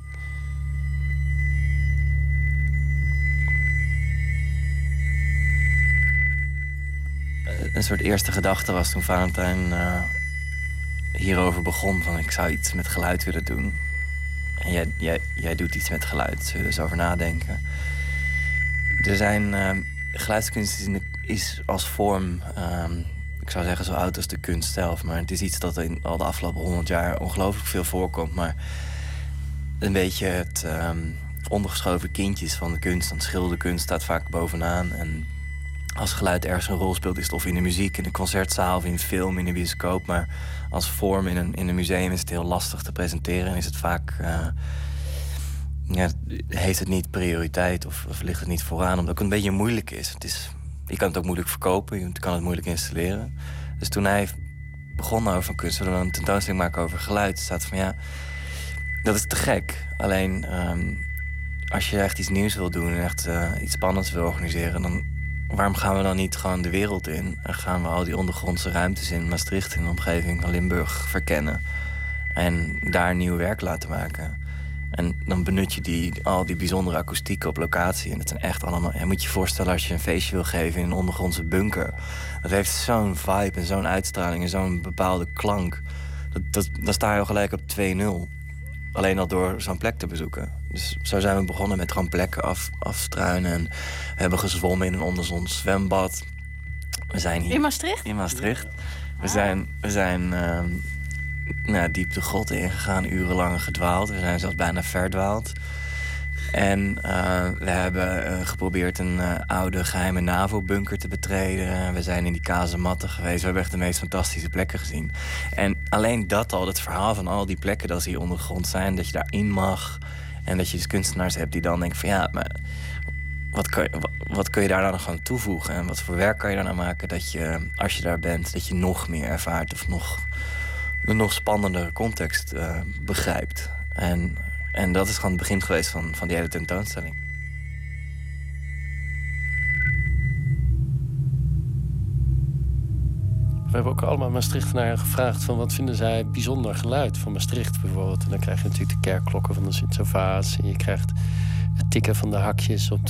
Een soort eerste gedachte was toen Valentijn hierover begon. Van ik zou iets met geluid willen doen. En jij doet iets met geluid. Zullen we dus over nadenken. Er zijn geluidskunst is als vorm, ik zou zeggen zo oud als de kunst zelf. Maar het is iets dat in al de afgelopen 100 jaar ongelooflijk veel voorkomt. Maar een beetje het ondergeschoven kindjes van de kunst. Want schilderkunst staat vaak bovenaan. En als geluid ergens een rol speelt, is het of in de muziek, in de concertzaal of in de film, in de bioscoop. Maar als vorm in een museum is het heel lastig te presenteren. En is het vaak, heeft het niet prioriteit of ligt het niet vooraan. Omdat het ook een beetje moeilijk is. Je kan het ook moeilijk verkopen, je kan het moeilijk installeren. Dus toen hij begon over kunst, willen we een tentoonstelling maken over geluid. Staat van ja, dat is te gek. Alleen als je echt iets nieuws wil doen en echt iets spannends wil organiseren, dan waarom gaan we dan niet gewoon de wereld in? En gaan we al die ondergrondse ruimtes in Maastricht, in de omgeving van Limburg, verkennen. En daar nieuw werk laten maken. En dan benut je al die bijzondere akoestieken op locatie. En dat zijn echt allemaal. Je moet je voorstellen als je een feestje wil geven in een ondergrondse bunker. Dat heeft zo'n vibe en zo'n uitstraling en zo'n bepaalde klank. Dan sta je al gelijk op 2-0. Alleen al door zo'n plek te bezoeken. Dus zo zijn we begonnen met gewoon plekken afstruinen. En we hebben gezwommen in een onderzons zwembad. We zijn hier in Maastricht? In Maastricht. We zijn diep de grot ingegaan, urenlang gedwaald. We zijn zelfs bijna verdwaald. En we hebben geprobeerd een oude geheime NAVO-bunker te betreden. We zijn in die kazematten geweest. We hebben echt de meest fantastische plekken gezien. En alleen dat al, het verhaal van al die plekken dat ze hier ondergrond zijn, dat je daarin mag. En dat je dus kunstenaars hebt die dan denken van ja, maar wat kun je daar dan nog aan toevoegen? En wat voor werk kan je daar nou maken dat je, als je daar bent, dat je nog meer ervaart of een nog spannendere context begrijpt. En dat is gewoon het begin geweest van die hele tentoonstelling. We hebben ook allemaal Maastrichtenaren gevraagd van wat vinden zij bijzonder geluid van Maastricht bijvoorbeeld. En dan krijg je natuurlijk de kerkklokken van de Sint-Servaas. En je krijgt het tikken van de hakjes op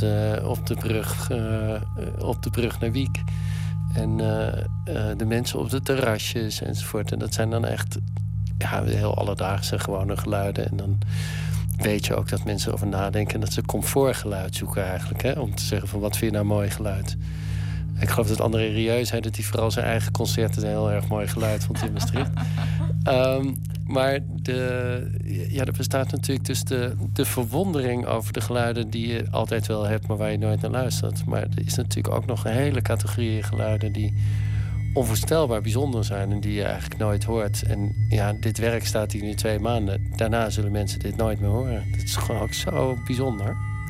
de brug naar Wiek. En de mensen op de terrasjes enzovoort. En dat zijn dan echt heel alledaagse gewone geluiden. En dan weet je ook dat mensen erover nadenken en dat ze comfortgeluid zoeken eigenlijk. Hè? Om te zeggen van wat vind je nou mooi geluid. Ik geloof dat André Rieu zei dat hij vooral zijn eigen concerten een heel erg mooi geluid vond in Maastricht. Maar er bestaat natuurlijk dus de verwondering over de geluiden die je altijd wel hebt, maar waar je nooit naar luistert. Maar er is natuurlijk ook nog een hele categorie geluiden die onvoorstelbaar bijzonder zijn en die je eigenlijk nooit hoort. En ja, dit werk staat hier nu 2 maanden. Daarna zullen mensen dit nooit meer horen. Het is gewoon ook zo bijzonder.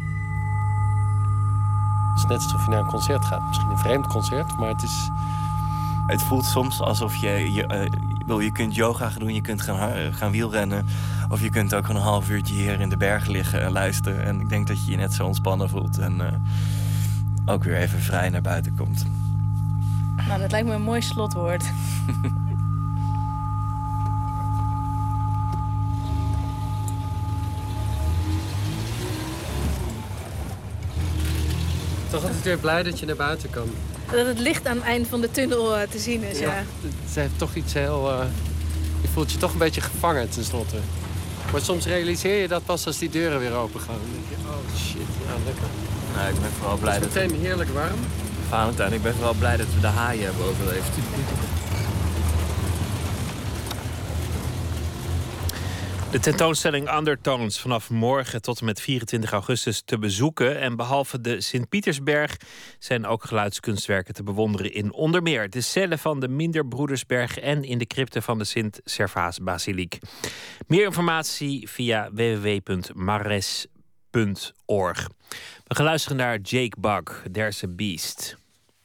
Het is net alsof je naar een concert gaat. Misschien een vreemd concert, maar het is... Het voelt soms alsof je kunt yoga gaan doen, je kunt gaan wielrennen. Of je kunt ook een half uurtje hier in de bergen liggen en luisteren. En ik denk dat je je net zo ontspannen voelt. En ook weer even vrij naar buiten komt. Nou, dat lijkt me een mooi slotwoord. Toch altijd weer blij dat je naar buiten kan. Dat het licht aan het eind van de tunnel te zien is, ja. Het heeft toch iets heel... je voelt je toch een beetje gevangen tenslotte. Maar soms realiseer je dat pas als die deuren weer open gaan. Dan denk je, oh shit, ja, lekker. Nou, ik ben vooral blij het is meteen heerlijk warm. Valentijn, ik ben vooral blij dat we de haaien hebben overleefd. De tentoonstelling Undertones vanaf morgen tot en met 24 augustus te bezoeken. En behalve de Sint-Pietersberg zijn ook geluidskunstwerken te bewonderen in onder meer de cellen van de Minderbroedersberg en in de crypte van de Sint-Servaas-basiliek. Meer informatie via www.mares.org. We gaan luisteren naar Jake Bugg, There's a Beast.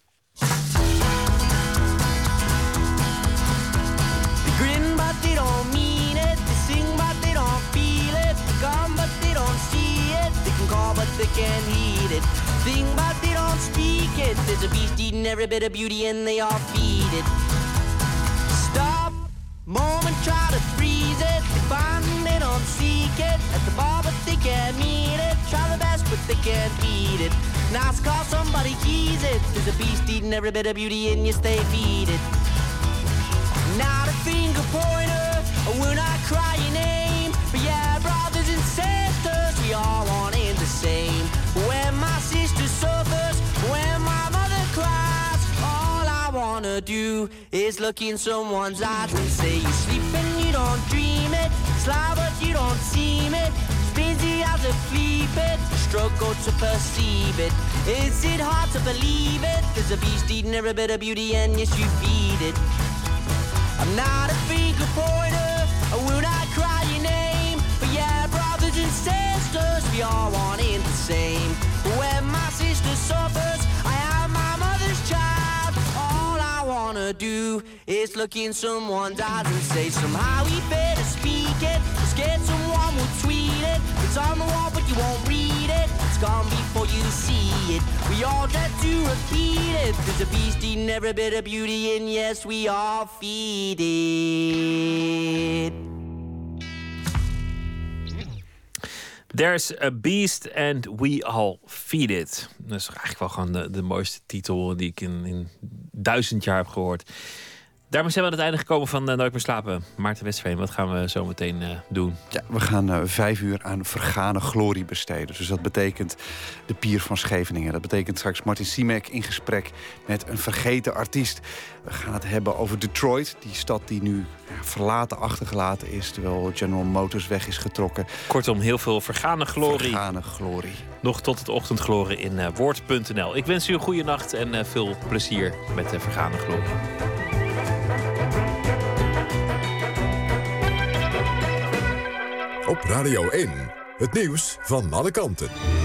But they can't heed it. Thing but they don't speak it. There's a beast eating every bit of beauty and they all feed it. Stop, moment, try to freeze it. They find they don't seek it. At the bar but they can't meet it. Try the best but they can't beat it. Now it's call somebody keys it. There's a beast eating every bit of beauty and you stay feed it. Not a finger pointer, we're not crying name. But yeah, brothers and sisters, we all want it the same. When my sister suffers, when my mother cries, all I wanna do is look in someone's eyes and say, you sleep and you don't dream it, sly but you don't seem it, busy as a flea bit, struggle to perceive it. Is it hard to believe it? There's a beast eating every bit of beauty and yes, you feed it. I'm not a finger pointer, I will not cry your name, but yeah, brothers and sisters, we all want it the same. When my sister suffers, I am my mother's child. All I wanna do is look in someone's eyes and say, somehow we better speak it. Scared someone will tweet it. It's on the wall, but you won't read it. It's gone before you see it. We all dread to repeat it. There's a beast eating every bit of beauty, and yes, we all feed it. There's a beast and we all feed it. Dat is eigenlijk wel gewoon de mooiste titel die ik in 1000 jaar heb gehoord. Daarmee zijn we aan het einde gekomen van Nooit meer slapen. Maarten Westveen, wat gaan we zo meteen doen? Ja, we gaan 5 uur aan vergane glorie besteden. Dus dat betekent de Pier van Scheveningen. Dat betekent straks Martin Simek in gesprek met een vergeten artiest. We gaan het hebben over Detroit. Die stad die nu verlaten, achtergelaten is, terwijl General Motors weg is getrokken. Kortom, heel veel vergane glorie. Vergane glorie. Nog tot het ochtendgloren in woord.nl. Ik wens u een goede nacht en veel plezier met de vergane glorie. Op Radio 1, het nieuws van alle kanten.